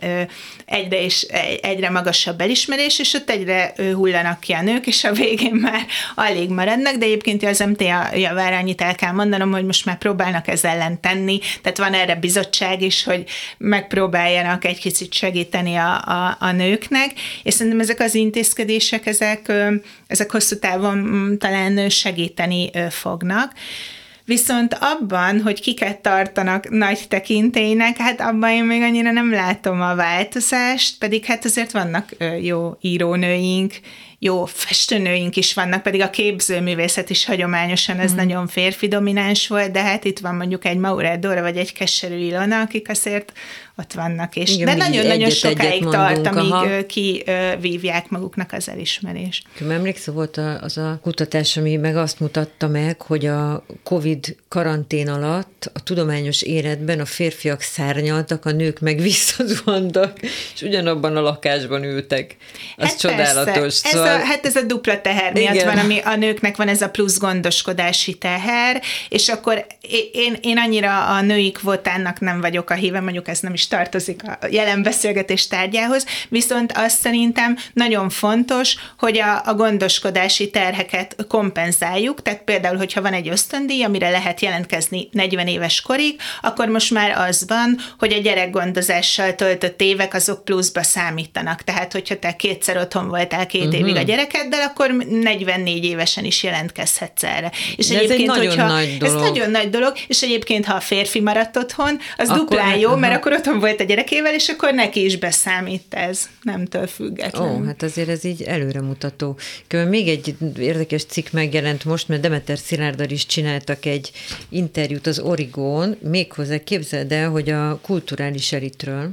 C: egyre magasabb elismerés, és ott egyre hullanak ki a nők, és a végén már alig maradnak, de egyébként az MTA javára annyit el kell mondanom, hogy most már próbálnak ez ellen tenni, tehát van erre bizottság is, hogy megpróbáljanak egy kicsit segíteni a nőknek, és szerintem ezek az intézkedések, ezek hosszú távon talán segíteni fognak. Viszont abban, hogy kiket tartanak nagy tekintélynek, hát abban én még annyira nem látom a változást, pedig hát azért vannak jó írónőink, jó festőnőink is vannak, pedig a képzőművészet is hagyományosan ez nagyon férfi domináns volt, de hát itt van mondjuk egy Maurer Dóra, vagy egy Keserű Ilona, akik azért ott vannak, és igen, de nagyon-nagyon sokáig tart, amíg kivívják maguknak az elismerést.
B: Emlékszel, volt az a kutatás, ami meg azt mutatta meg, hogy a Covid karantén alatt a tudományos életben a férfiak szárnyaltak, a nők meg visszazuhantak, és ugyanabban a lakásban ültek. Az hát csodálatos.
C: Hát ez a dupla teher miatt van, ami a nőknek van ez a plusz gondoskodási teher, és akkor én annyira a női kvótának nem vagyok a híve, mondjuk ez nem is tartozik a jelen beszélgetés tárgyához, viszont azt szerintem nagyon fontos, hogy a gondoskodási terheket kompenzáljuk, tehát például, hogyha van egy ösztöndíj, amire lehet jelentkezni 40 éves korig, akkor most már az van, hogy a gyerekgondozással töltött évek azok pluszba számítanak. Tehát, hogyha te kétszer otthon voltál 2 évig a gyerekeddel, akkor 44 évesen is jelentkezhetsz erre. És
B: ez egy nagyon nagy dolog.
C: Ez nagyon nagy dolog, és egyébként, ha a férfi maradt otthon, az akkor duplán jó, mert akkor otthon volt a gyerekével, és akkor neki is beszámít ez, nemtől független.
B: Hát azért ez így előremutató. Még egy érdekes cikk megjelent most, mert Demeter Szilárddal is csináltak egy interjút az Origón, méghozzá képzeld el, hogy a kulturális elitről,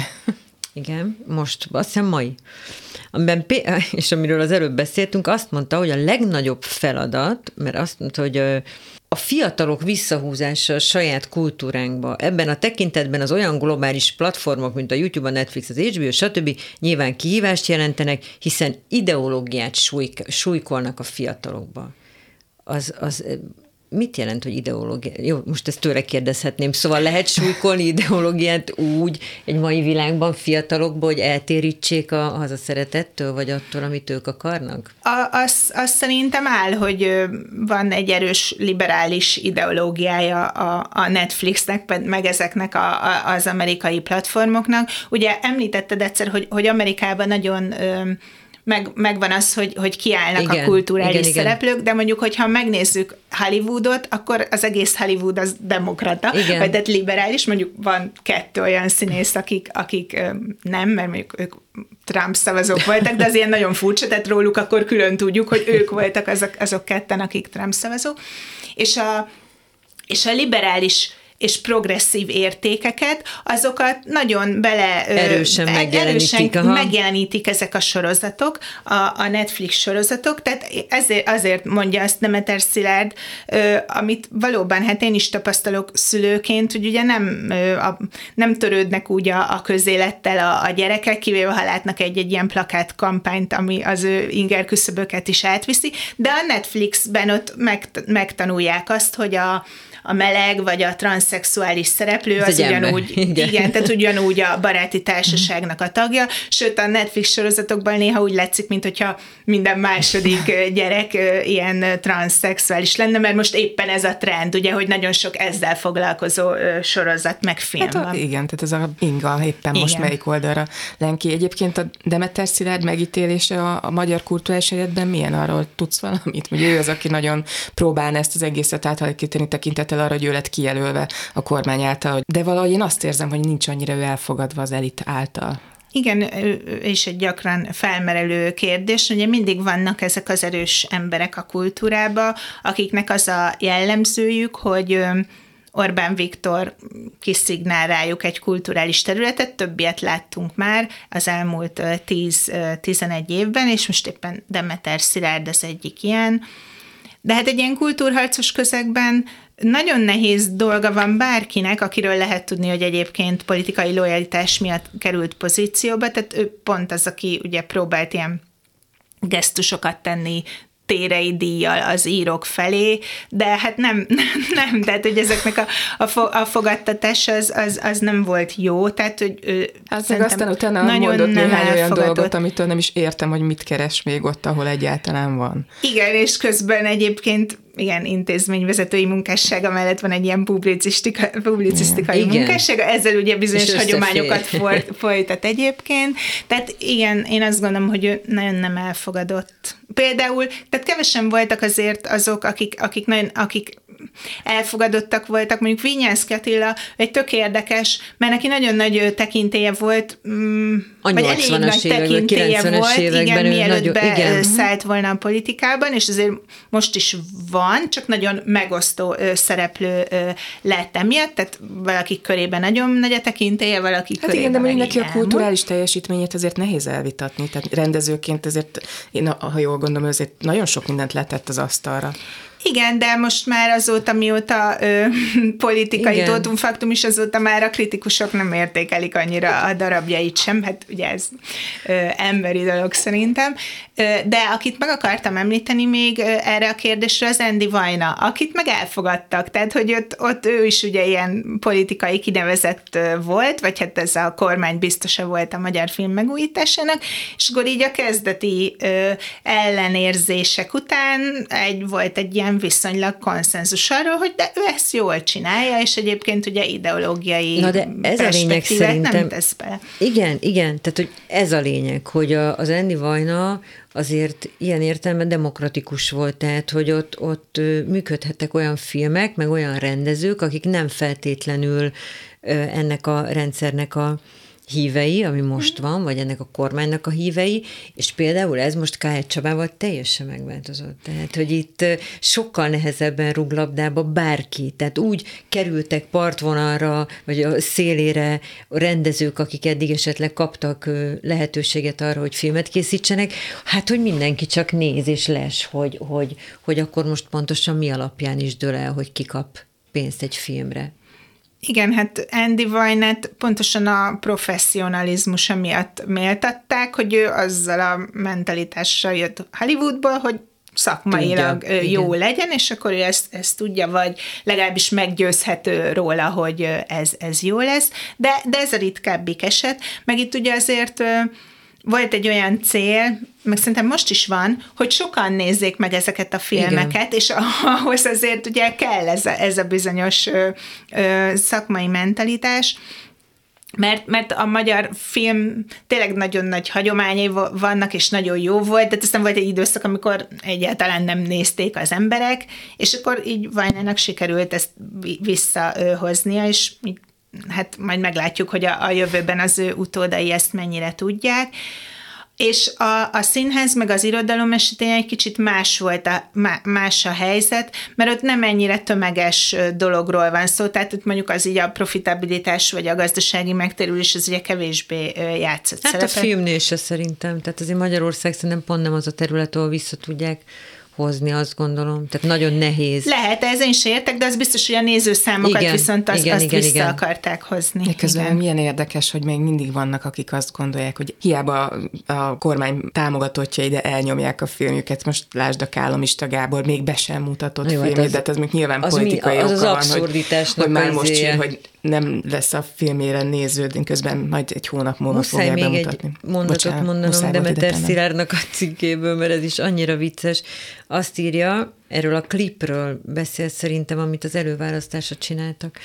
B: igen, most, azt hiszem mai, amiben, és amiről az előbb beszéltünk, azt mondta, hogy a legnagyobb feladat, mert azt mondta, hogy a fiatalok visszahúzása a saját kultúránkba. Ebben a tekintetben az olyan globális platformok, mint a YouTube, a Netflix, az HBO, stb. Nyilván kihívást jelentenek, hiszen ideológiát súlykolnak a fiatalokba. Az mit jelent, hogy ideológia? Jó, most ezt tőle kérdezhetném. Szóval lehet súlykolni ideológiát úgy egy mai világban fiatalokba, hogy eltérítsék a hazaszeretettől, vagy attól, amit ők akarnak?
C: Azt szerintem áll, hogy van egy erős liberális ideológiája a Netflixnek, meg ezeknek az amerikai platformoknak. Ugye említetted egyszer, hogy Amerikában nagyon... Megvan az, hogy kiállnak igen, a kulturális szereplők, de mondjuk, hogyha megnézzük Hollywoodot, akkor az egész Hollywood az demokrata, vagy tehát liberális, mondjuk van 2 olyan színész, akik nem, mert mondjuk ők Trump szavazók voltak, de az ilyen nagyon furcsa, tehát róluk akkor külön tudjuk, hogy ők voltak azok 2, akik Trump szavazók. És a liberális és progresszív értékeket, azokat nagyon
B: erősen
C: megjelenítik ezek a sorozatok, a Netflix sorozatok, tehát azért mondja azt Demeter Szilárd, amit valóban hát én is tapasztalok szülőként, hogy ugye nem törődnek úgy a közélettel a gyerekek, kivéve ha látnak egy ilyen plakát kampányt, ami az ő inger küszöböket is átviszi, de a Netflixben ott megtanulják azt, hogy a meleg vagy a transzszexuális szereplő az ugyanúgy, igen, tehát ugyanúgy a baráti társaságnak a tagja, sőt a Netflix sorozatokban néha úgy látszik, mint hogyha minden második gyerek ilyen transzszexuális lenne, mert most éppen ez a trend, ugye, hogy nagyon sok ezzel foglalkozó sorozat meg film van.
D: Igen, tehát ez a Inga éppen most melyik oldalra lenki. Egyébként a Demeter Szilárd megítélése a magyar kulturális életben milyen, arról tudsz valamit? Ugye ő az, aki nagyon próbálna ezt az egészet átalakítani tekintettel arra, hogy ő lett kijelölve a kormány által. De valahogy én azt érzem, hogy nincs annyira ő elfogadva az elit által.
C: Igen, és egy gyakran felmerülő kérdés, ugye mindig vannak ezek az erős emberek a kultúrába, akiknek az a jellemzőjük, hogy Orbán Viktor kiszignál rájuk egy kulturális területet, többiet láttunk már az elmúlt 10-11 évben, és most éppen Demeter Szilárd az egyik ilyen. De hát egy ilyen kultúrharcos közegben nagyon nehéz dolga van bárkinek, akiről lehet tudni, hogy egyébként politikai lojalitás miatt került pozícióba, tehát ő pont az, aki ugye próbált ilyen gesztusokat tenni térei díjjal az írók felé, de hát nem, tehát hogy ezeknek a fogadtatás az nem volt jó, tehát hogy
D: hát meg aztán utána mondott néhány olyan dolgot, amitől nem is értem, hogy mit keres még ott, ahol egyáltalán van.
C: Igen, és közben egyébként intézményvezetői munkássága mellett van egy ilyen publicisztikai munkássága, ezzel ugye bizonyos hagyományokat folytat egyébként. Tehát igen, én azt gondolom, hogy ő nagyon nem elfogadott. Például, tehát kevesen voltak azért azok, akik elfogadottak voltak, mondjuk Vinyánszky Attila egy tök érdekes, mert neki nagyon nagy tekintélye volt,
B: a
C: vagy elég nagy tekintélye volt, igen, mielőtt beszállt volna a politikában, és azért most is van, csak nagyon megosztó szereplő lett emiatt, tehát valaki körében nagyon nagy a tekintélye, valaki körében
D: igen, de mondjuk neki a kulturális teljesítményét azért nehéz elvitatni, tehát rendezőként azért, én ha jól gondolom, azért nagyon sok mindent letett az asztalra.
C: Igen, de most már azóta, mióta politikai tótumfaktum is, azóta már a kritikusok nem értékelik annyira a darabjait sem, hát ugye ez emberi dolog szerintem. De akit meg akartam említeni még erre a kérdésre, az Andy Vajna, akit meg elfogadtak, tehát hogy ott ő is ugye ilyen politikai kinevezett volt, vagy hát ez a kormány biztosa volt a magyar film megújításának, és akkor így a kezdeti ellenérzések után volt egy ilyen viszonylag konszenzus arról, hogy de ő ezt jól csinálja, és egyébként ugye ideológiai perspektívát nem tesz be.
B: Igen, tehát hogy ez a lényeg, hogy az Andy Vajna azért ilyen értelemben demokratikus volt, tehát hogy ott működhettek olyan filmek, meg olyan rendezők, akik nem feltétlenül ennek a rendszernek a hívei, ami most van, vagy ennek a kormánynak a hívei, és például ez most K.H. Csabával teljesen megváltozott. Tehát, hogy itt sokkal nehezebben rúg labdába bárki. Tehát úgy kerültek partvonalra, vagy a szélére a rendezők, akik eddig esetleg kaptak lehetőséget arra, hogy filmet készítsenek, hát, hogy mindenki csak néz és les, hogy akkor most pontosan mi alapján is dől el, hogy ki kap pénzt egy filmre.
C: Igen, hát Andy Vajnát pontosan a professzionalizmusa miatt méltatták, hogy ő azzal a mentalitással jött Hollywoodból, hogy szakmailag jó legyen, és akkor ő ezt tudja, vagy legalábbis meggyőzhető róla, hogy ez jó lesz, de ez a ritkábbik eset, meg itt ugye azért volt egy olyan cél, meg szerintem most is van, hogy sokan nézzék meg ezeket a filmeket, igen. És ahhoz azért ugye kell ez a bizonyos szakmai mentalitás, mert a magyar film tényleg nagyon nagy hagyományai vannak, és nagyon jó volt, de aztán volt egy időszak, amikor egyáltalán nem nézték az emberek, és akkor így Vajnának sikerült ezt visszahoznia, és hát majd meglátjuk, hogy a jövőben az ő utódai ezt mennyire tudják. És a színház meg az irodalom esetén egy kicsit más a helyzet, mert ott nem ennyire tömeges dologról van szó, tehát ott mondjuk az így a profitabilitás vagy a gazdasági megtérülés az ugye kevésbé játszott szerepet.
B: Hát a filmnél se szerintem, tehát azért Magyarország szerintem pont nem az a terület, ahol vissza tudják hozni, azt gondolom. Tehát nagyon nehéz.
C: Lehet, ez én se értek, de az biztos, hogy a nézőszámokat viszont azt vissza akarták hozni.
D: Közben milyen érdekes, hogy még mindig vannak, akik azt gondolják, hogy hiába a kormány támogatottjai, de elnyomják a filmjüket. Most lásd a Kálomista Gábor, még be sem mutatott filmjét, de ez még nyilván politikai oka
B: az
D: van,
B: abszurditásnak
D: hogy már most ír, hogy nem lesz a filmére néződ, közben majd egy hónap múlva fogják bemutatni.
B: Egy mondatot mondanom Demeter Szilárdnak a cikkéből, mert ez is annyira vicces. Azt írja, erről a klipről beszél szerintem, amit az előválasztásra csináltak.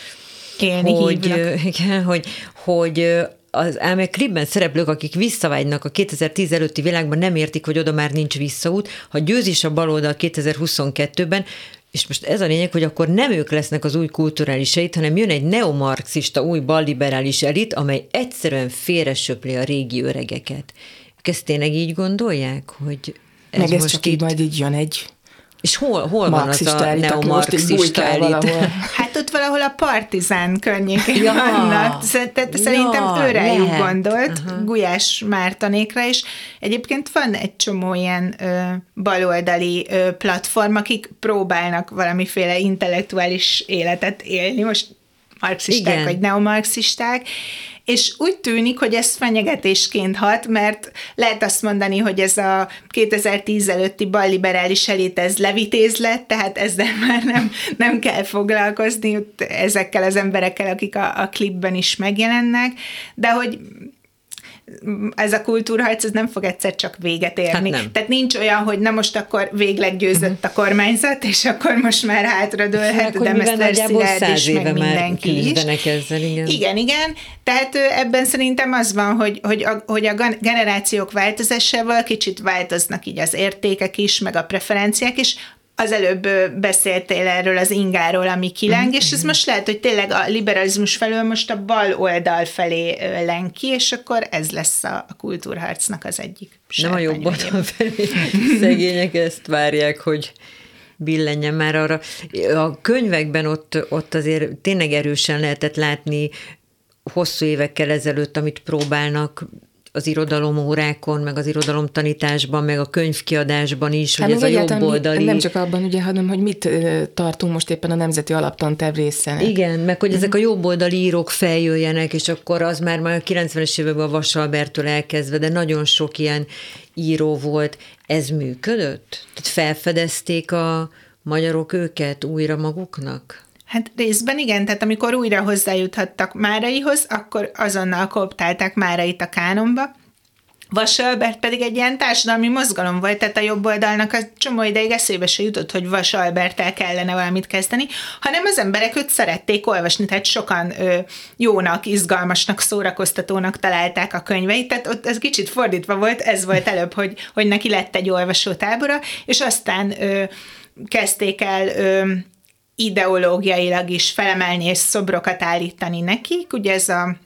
B: Hogy ám a klipben szereplők, akik visszavágynak a 2010 előtti világban, nem értik, hogy oda már nincs visszaút. Ha győz is a baloldal 2022-ben, és most ez a lényeg, hogy akkor nem ők lesznek az új kulturális elit, hanem jön egy neomarxista, új balliberális elit, amely egyszerűen félresöpli a régi öregeket. Ők ezt tényleg így gondolják, hogy ez
D: meg
B: most
D: csak így majd így jön egy
B: és hol van az a neomarxista elit?
C: Hát ott valahol a Partizán környékén vannak. Tehát szerintem őre rájuk gondolt, Gulyás Mártonékra, és egyébként van egy csomó ilyen baloldali platform, akik próbálnak valamiféle intellektuális életet élni, most marxisták vagy neomarxisták, és úgy tűnik, hogy ez fenyegetésként hat, mert lehet azt mondani, hogy ez a 2010 előtti balliberális elit, ez levitéz lett, tehát ezzel már nem kell foglalkozni ezekkel az emberekkel, akik a klipben is megjelennek, de hogy ez a kultúrharc, ez nem fog egyszer csak véget érni.
B: Hát
C: tehát nincs olyan, hogy na most akkor végleg győzött a kormányzat, és akkor most már hátradőlhet Demeter Szilárd is, meg mindenki is.
B: Ezzel,
C: igen. Tehát ebben szerintem az van, hogy a generációk változásával kicsit változnak így az értékek is, meg a preferenciák is. Az előbb beszéltél erről az ingáról, ami kileng, és ez most lehet, hogy tényleg a liberalizmus felől most a bal oldal felé leng ki, és akkor ez lesz a kultúrharcnak az egyik serpenyője.
B: Nem a jobb oldal felé. Szegények ezt várják, hogy billenjen már arra. A könyvekben ott azért tényleg erősen lehetett látni hosszú évekkel ezelőtt, amit próbálnak az irodalomórákon, meg az irodalomtanításban, meg a könyvkiadásban is, hogy ez a jobboldali...
D: Nem csak abban, ugye, hanem, hogy mit tartunk most éppen a Nemzeti Alaptanterv részen.
B: Igen, meg hogy ezek a jobboldali írók feljöjjenek, és akkor az már a 90-es években a Vass Alberttől elkezdve, de nagyon sok ilyen író volt. Ez működött? Tehát felfedezték a magyarok őket újra maguknak?
C: Hát részben igen, tehát amikor újra hozzájuthattak Máraihoz, akkor azonnal kooptálták Márait a kánonba. Vass Albert pedig egy ilyen társadalmi mozgalom volt, tehát a jobb oldalnak a csomó ideig eszébe se jutott, hogy Vass Alberttel kellene valamit kezdeni, hanem az emberek őt szerették olvasni, tehát sokan jónak, izgalmasnak, szórakoztatónak találták a könyveit, tehát ott ez kicsit fordítva volt, ez volt előbb, hogy neki lett egy olvasótábora, és aztán kezdték el ideológiailag is felemelni és szobrokat állítani nekik. Ugye ez a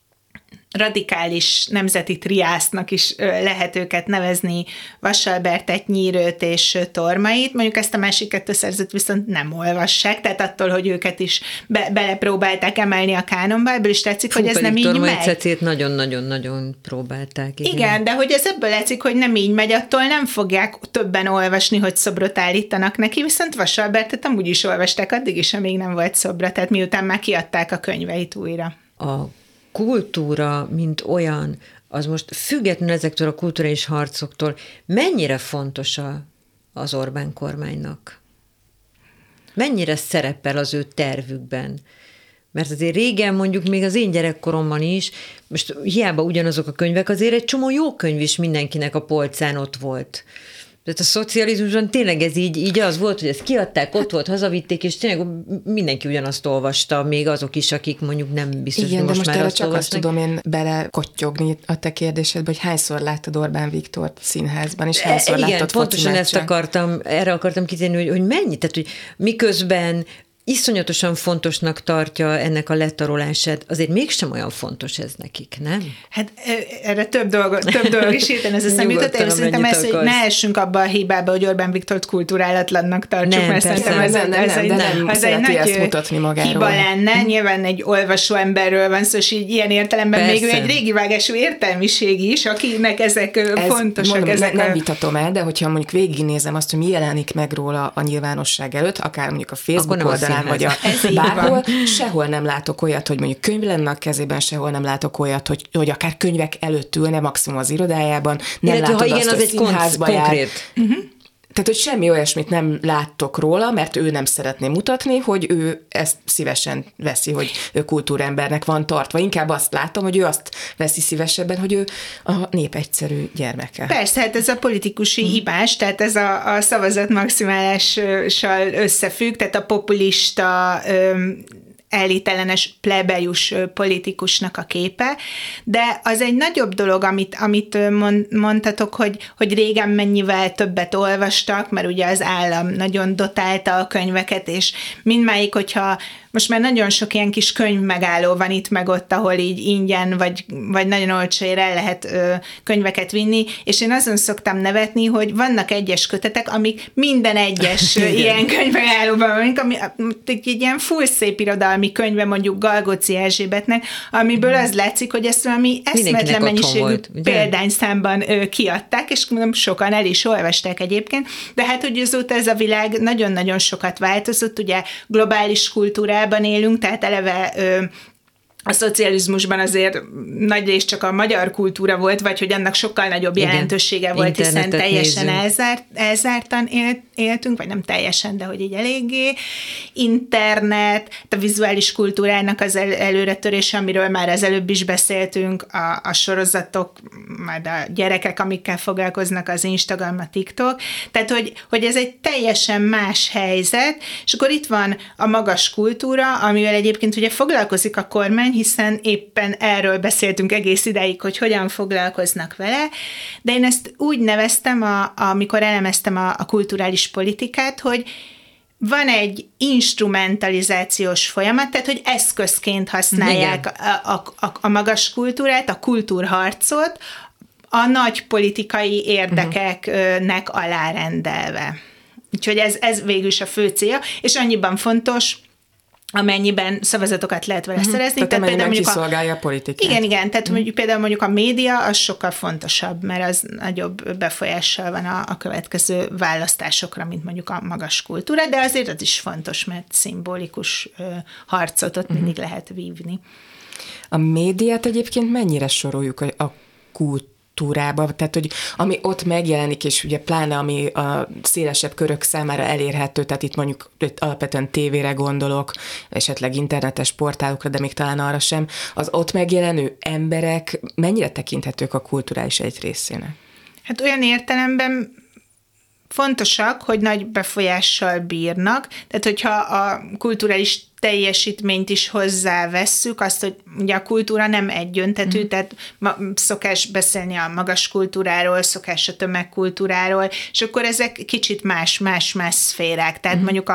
C: radikális nemzeti triásznak is lehet őket nevezni, Vass Albertet, Nyírőt és Tormait. Mondjuk ezt a másik kettő szerzőt viszont nem olvassák, tehát attól, hogy őket is belepróbálták emelni a kánonba, ebből is tetszik, hogy ez nem így
B: Tormai
C: megy.
B: Cecét nagyon-nagyon-nagyon próbálták.
C: Igen, de hogy ez ebből látszik, hogy nem így megy, attól nem fogják többen olvasni, hogy szobrot állítanak neki, viszont Vass Albertet amúgy is olvasták, addig is, amíg nem volt szobra, tehát miután már kiadták a könyveit újra.
B: A kultúra, mint olyan, az most függetlenül ezektől a kulturális harcoktól mennyire fontos az Orbán kormánynak? Mennyire szerepel az ő tervükben? Mert azért régen, mondjuk még az én gyerekkoromban is, most hiába ugyanazok a könyvek, azért egy csomó jó könyv is mindenkinek a polcán ott volt. Tehát a szocializmusban tényleg ez így az volt, hogy ezt kiadták, ott volt, hazavitték, és tényleg mindenki ugyanazt olvasta, még azok is, akik mondjuk nem biztos,
D: igen,
B: hogy
D: most
B: már
D: erre
B: azt
D: csak
B: olvasnak.
D: azt tudom én belekottyogni a te kérdésedbe, hogy hányszor láttad Orbán Viktort színházban, és hányszor
B: igen,
D: láttad
B: pontosan ezt erre akartam kitérni, hogy mennyi, tehát hogy miközben iszonyatosan fontosnak tartja ennek a letarolását, azért mégsem olyan fontos ez nekik, nem?
C: Hát erre több dolog is hirtelen ez eszembe jutott. Én szerintem ezt, hogy ne essünk abba a hibába, hogy Orbán Viktort kulturálatlannak tartsuk,
B: nem,
C: mert szerintem ez egy nagy hiba lenne. Nyilván egy olvasó emberről van szó, és így ilyen értelemben még ő egy régi vágású értelmiség is, akinek ezek fontosak.
D: Mondom, nem vitatom el, de hogyha mondjuk végignézem azt, hogy mi jelenik meg róla a nyilvánosság előtt, akár mondjuk a Facebook oldalán, vagy a bárhol, sehol nem látok olyat, hogy mondjuk könyv lenne a kezében, sehol nem látok olyat, hogy akár könyvek előtt ülne, maximum az irodájában, nem
B: illetve,
D: látod
B: azt,
D: hogy
B: egy
D: színházba jár.
B: Konkrét.
D: Tehát, hogy semmi olyasmit nem láttok róla, mert ő nem szeretné mutatni, hogy ő ezt szívesen veszi, hogy ő kultúrembernek van tartva. Inkább azt látom, hogy ő azt veszi szívesebben, hogy ő a nép egyszerű gyermeke.
C: Persze, hát ez a politikusi hibás, tehát ez a szavazat maximálással összefügg, tehát a populista elitellenes plebejus politikusnak a képe, de az egy nagyobb dolog, amit mondtatok, hogy régen mennyivel többet olvastak, mert ugye az állam nagyon dotálta a könyveket, és mindmáig, hogyha most már nagyon sok ilyen kis könyvmegálló van itt meg ott, ahol így ingyen, vagy nagyon olcsóért el lehet könyveket vinni, és én azon szoktam nevetni, hogy vannak egyes kötetek, amik minden egyes ilyen könyvmegállóban vannak, ami egy ilyen full szép irodalmi könyve, mondjuk Galgóci Erzsébetnek, amiből az látszik, hogy ezt valami eszmetlen mennyiségű példányszámban kiadták, és mondom, sokan el is olvasták egyébként, de hát, hogy azóta ez a világ nagyon-nagyon sokat változott, ugye globális kultúrában élünk, tehát eleve a szocializmusban azért nagyrészt csak a magyar kultúra volt, vagy hogy annak sokkal nagyobb jelentősége volt, hiszen teljesen elzártan éltünk, vagy nem teljesen, de hogy így eléggé. Internet, a vizuális kultúrának az előretörése, amiről már az előbb is beszéltünk, a sorozatok, majd a gyerekek, amikkel foglalkoznak, az Instagram, a TikTok, tehát hogy ez egy teljesen más helyzet, és akkor itt van a magas kultúra, amivel egyébként ugye foglalkozik a kormány, hiszen éppen erről beszéltünk egész ideig, hogy hogyan foglalkoznak vele, de én ezt úgy neveztem, amikor elemeztem a kulturális politikát, hogy van egy instrumentalizációs folyamat, tehát hogy eszközként használják a magas kultúrát, a kultúrharcot a nagy politikai érdekeknek alárendelve. Úgyhogy ez végül is a fő célja, és annyiban fontos, amennyiben szavazatokat lehet vele szerezni.
D: Tehát például kiszolgálja a politikát.
C: Igen, tehát például mondjuk a média az sokkal fontosabb, mert az nagyobb befolyással van a következő választásokra, mint mondjuk a magas kultúra, de azért az is fontos, mert szimbolikus harcot ott mindig lehet vívni.
D: A médiát egyébként mennyire soroljuk a kultúrába? Tehát, hogy ami ott megjelenik, és ugye pláne ami a szélesebb körök számára elérhető, tehát itt mondjuk alapvetően tévére gondolok, esetleg internetes portálokra, de még talán arra sem, az ott megjelenő emberek mennyire tekinthetők a kulturális egy részének?
C: Hát olyan értelemben fontosak, hogy nagy befolyással bírnak, tehát hogyha a kulturális teljesítményt is hozzávesszük, azt, hogy ugye a kultúra nem egyöntetű, tehát szokás beszélni a magas kultúráról, szokás a tömegkultúráról, és akkor ezek kicsit más szférák. Tehát mondjuk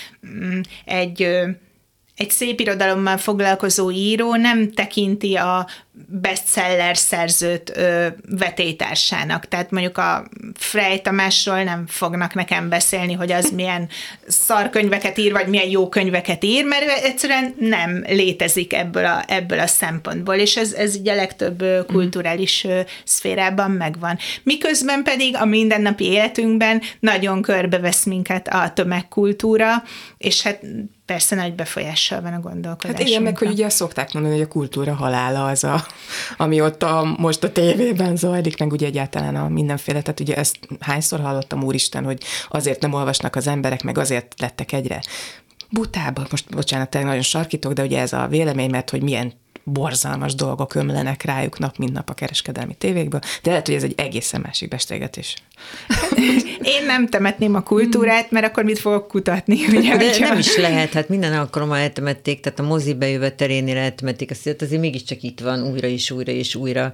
C: egy szép irodalommal foglalkozó író nem tekinti a bestseller szerzőt vetélytársának. Tehát mondjuk a Frey Tamásról nem fognak nekem beszélni, hogy az milyen szarkönyveket ír, vagy milyen jó könyveket ír, mert egyszerűen nem létezik ebből a szempontból, és ez így a legtöbb kulturális szférában megvan. Miközben pedig a mindennapi életünkben nagyon körbevesz minket a tömegkultúra, és hát persze nagy befolyással van a gondolkodásunkra.
D: Hát igen, meg hogy ugye azt szokták mondani, hogy a kultúra halála az, ami ott most a tévében zajlik, meg ugye egyáltalán a mindenféle, tehát ugye ezt hányszor hallottam, úristen, hogy azért nem olvasnak az emberek, meg azért lettek egyre butábbak. Most bocsánat, tényleg nagyon sarkítok, de ugye ez a vélemény, mert hogy milyen borzalmas dolgok ömlenek rájuk nap, mint nap a kereskedelmi tévékből, de lehet, hogy ez egy egészen másik beszélgetés.
C: Én nem temetném a kultúrát, mert akkor mit fogok kutatni? Ugye,
B: de nem is lehet, hát minden alkalommal eltemették, tehát a mozi bejövetelénél eltemették, azért mégiscsak itt van újra és újra.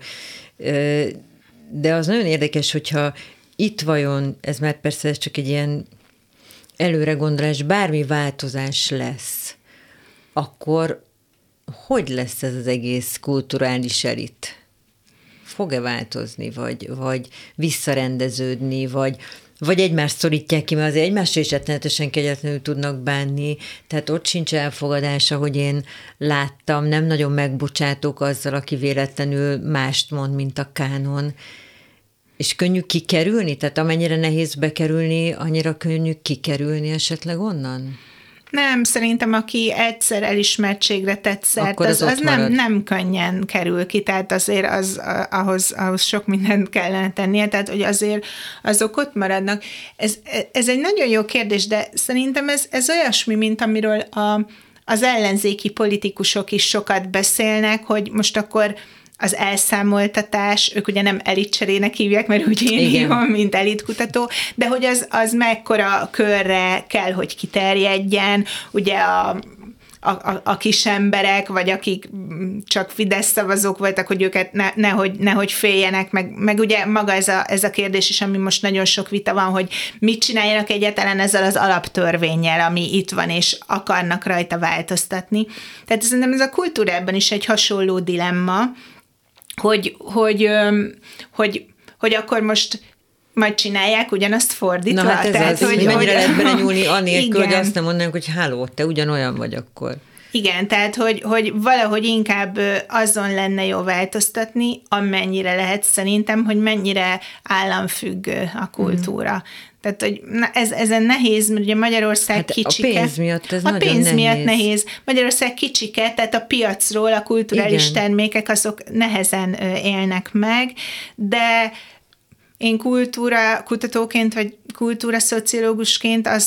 B: De az nagyon érdekes, hogyha itt vajon, ez már persze csak egy ilyen előregondolás, bármi változás lesz, akkor hogy lesz ez az egész kulturális elit? Fog-e változni, vagy visszarendeződni, vagy egymást szorítják ki, mert azért egymással is rettenetesen kegyetlenül tudnak bánni, tehát ott sincs elfogadás, ahogy én láttam, nem nagyon megbocsátok azzal, aki véletlenül mást mond, mint a kánon. És könnyű kikerülni? Tehát amennyire nehéz bekerülni, annyira könnyű kikerülni esetleg onnan?
C: Nem, szerintem aki egyszer elismertségre tett szert, az nem könnyen kerül ki, tehát azért ahhoz sok mindent kellene tennie, tehát hogy azért azok ott maradnak. Ez egy nagyon jó kérdés, de szerintem ez olyasmi, mint amiről az ellenzéki politikusok is sokat beszélnek, hogy most akkor az elszámoltatás, ők ugye nem elitcserének hívják, mert úgy én hívom, mint elitkutató, de hogy az mekkora körre kell, hogy kiterjedjen, ugye a kis emberek, vagy akik csak Fidesz szavazók voltak, hogy őket nehogy féljenek, meg ugye maga ez a kérdés is, ami most nagyon sok vita van, hogy mit csináljanak egyáltalán ezzel az alaptörvénnyel, ami itt van, és akarnak rajta változtatni. Tehát szerintem ez a kultúrában is egy hasonló dilemma, hogy akkor most majd csinálják ugyanazt fordítva.
B: Na hát ez tehát, hogy mennyire lehet belenyúlni anélkül, hogy azt nem mondanánk, hogy háló, te ugyanolyan vagy akkor.
C: Igen, tehát hogy valahogy inkább azon lenne jó változtatni, amennyire lehet szerintem, hogy mennyire államfüggő a kultúra. Tehát, hogy ezen nehéz, mert ugye Magyarország kicsike.
B: A pénz miatt ez nagyon
C: pénz
B: nehéz.
C: miatt nehéz. Magyarország kicsike, tehát a piacról a kulturális termékek azok nehezen élnek meg, de én kultúrakutatóként, vagy kultúraszociológusként azt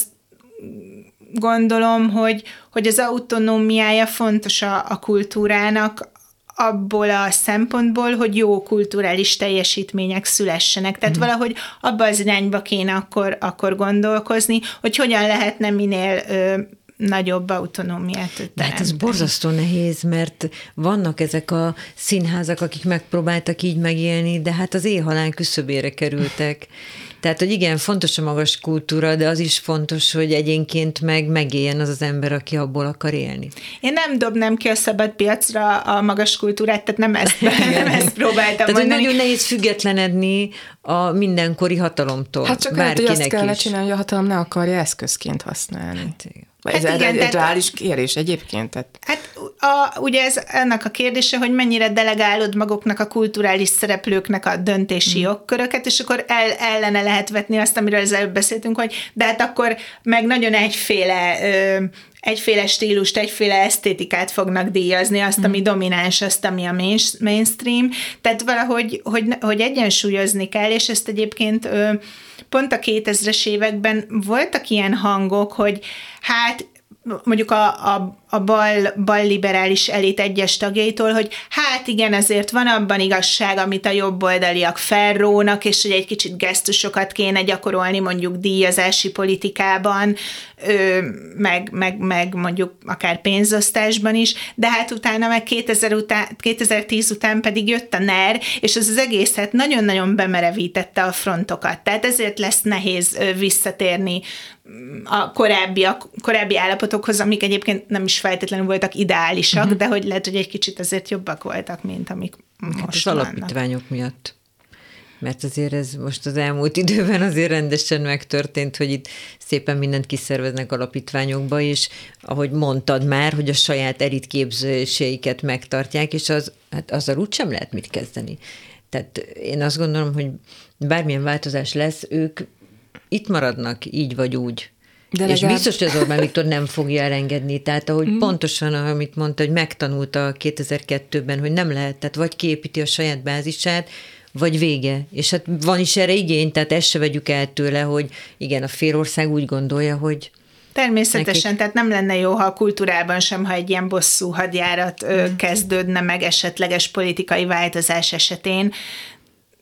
C: gondolom, hogy az autonómiája fontos a kultúrának, abból a szempontból, hogy jó kulturális teljesítmények szülessenek. Tehát valahogy abba az irányba kéne akkor gondolkozni, hogy hogyan lehetne minél nagyobb autonómiát teremteni.
B: De hát ez borzasztó nehéz, mert vannak ezek a színházak, akik megpróbáltak így megélni, de hát az éhhalál küszöbére kerültek. Tehát, hogy igen, fontos a magas kultúra, de az is fontos, hogy egyénként megéljen az ember, aki abból akar élni.
C: Én nem dobnám ki a szabad piacra a magas kultúrát, tehát nem ezt próbáltam
B: tehát,
C: mondani.
B: nagyon nehéz függetlenedni a mindenkori hatalomtól.
D: Hát csak lehet, hogy azt kellene csinálni, hogy a hatalom ne akarja eszközként használni. Ez egy reális kérés egyébként.
C: Hát ugye ez ennek a kérdése, hogy mennyire delegálod maguknak a kulturális szereplőknek a döntési jogköröket, és akkor ellene lehet vetni azt, amiről az előbb beszéltünk, hogy de hát akkor meg nagyon egyféle stílust, egyféle esztétikát fognak díjazni, azt, ami domináns, azt, ami a mainstream. Tehát valahogy hogy egyensúlyozni kell, és ezt egyébként pont a 2000-es években voltak ilyen hangok, hogy hát mondjuk a balliberális elit egyes tagjaitól, hogy hát igen, azért van abban igazság, amit a jobboldaliak felrónak, és hogy egy kicsit gesztusokat kéne gyakorolni mondjuk díjazási politikában, meg mondjuk akár pénzosztásban is, de hát utána meg 2010 után pedig jött a NER, és az egészet nagyon-nagyon bemerevítette a frontokat. Tehát ezért lesz nehéz visszatérni a korábbi állapotokhoz, amik egyébként nem is feltétlenül voltak ideálisak, de hogy lehet, hogy egy kicsit azért jobbak voltak, mint amik most
B: vannak. Az alapítványok miatt. Mert azért ez most az elmúlt időben azért rendesen megtörtént, hogy itt szépen mindent kiszerveznek alapítványokba, és ahogy mondtad már, hogy a saját elitképzéseiket megtartják, és azzal úgysem lehet mit kezdeni. Tehát én azt gondolom, hogy bármilyen változás lesz, ők itt maradnak, így vagy úgy. De és biztos, hogy az Orbán Viktor nem fogja elengedni. Tehát ahogy pontosan, amit mondta, hogy megtanulta 2002-ben, hogy nem lehet, tehát vagy kiépíti a saját bázisát, vagy vége. És hát van is erre igény, tehát ezt se vegyük el tőle, hogy igen, a félország úgy gondolja, hogy
C: természetesen,
B: nekik...
C: tehát nem lenne jó, ha a kultúrában sem, ha egy ilyen bosszú hadjárat kezdődne meg esetleges politikai változás esetén.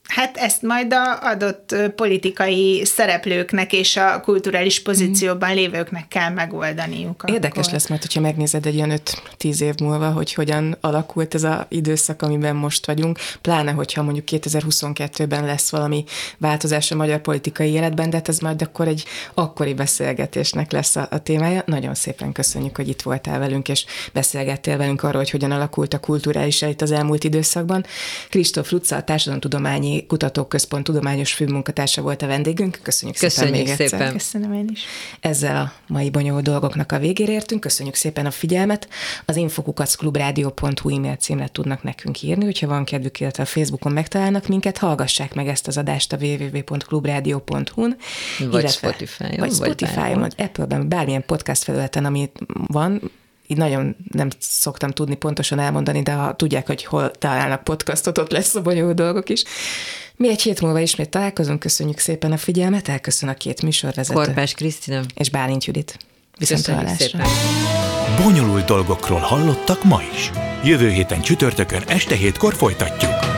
C: Hát ezt majd a adott politikai szereplőknek és a kulturális pozícióban lévőknek kell megoldaniuk.
D: Érdekes
C: akkor
D: lesz, mert hogyha megnézed egy ilyen 5-10 év múlva, hogy hogyan alakult ez az időszak, amiben most vagyunk, pláne, hogyha mondjuk 2022-ben lesz valami változás a magyar politikai életben, de ez majd akkor egy akkori beszélgetésnek lesz a témája. Nagyon szépen köszönjük, hogy itt voltál velünk, és beszélgettél velünk arról, hogy hogyan alakult a kulturális elit az elmúlt időszakban. Kristóf Lucza, a Társadalomtudományi Kutatóközpont tudományos főmunkatársa volt a vendégünk. Köszönjük szépen még egyszer.
C: Köszönöm én is.
D: Ezzel a mai bonyolult dolgoknak a végére értünk. Köszönjük szépen a figyelmet. Az info@klubradio.hu e-mail címre tudnak nekünk írni, hogyha van kedvük, illetve a Facebookon megtalálnak minket, hallgassák meg ezt az adást a www.klubradio.hu-n,
B: vagy Spotify-on,
D: vagy Apple-ben, bármilyen podcast felületen, ami van. Így nagyon nem szoktam tudni pontosan elmondani, de ha tudják, hogy hol találnak podcastot, ott lesz a bonyolult dolgok is. Mi egy hét múlva ismét találkozunk, köszönjük szépen a figyelmet, elköszön a két műsorvezető.
B: Korpás Krisztina.
D: És Bálint Judit.
B: Köszönjük szépen.
A: Bonyolult dolgokról hallottak ma is. Jövő héten csütörtökön este 7-kor folytatjuk.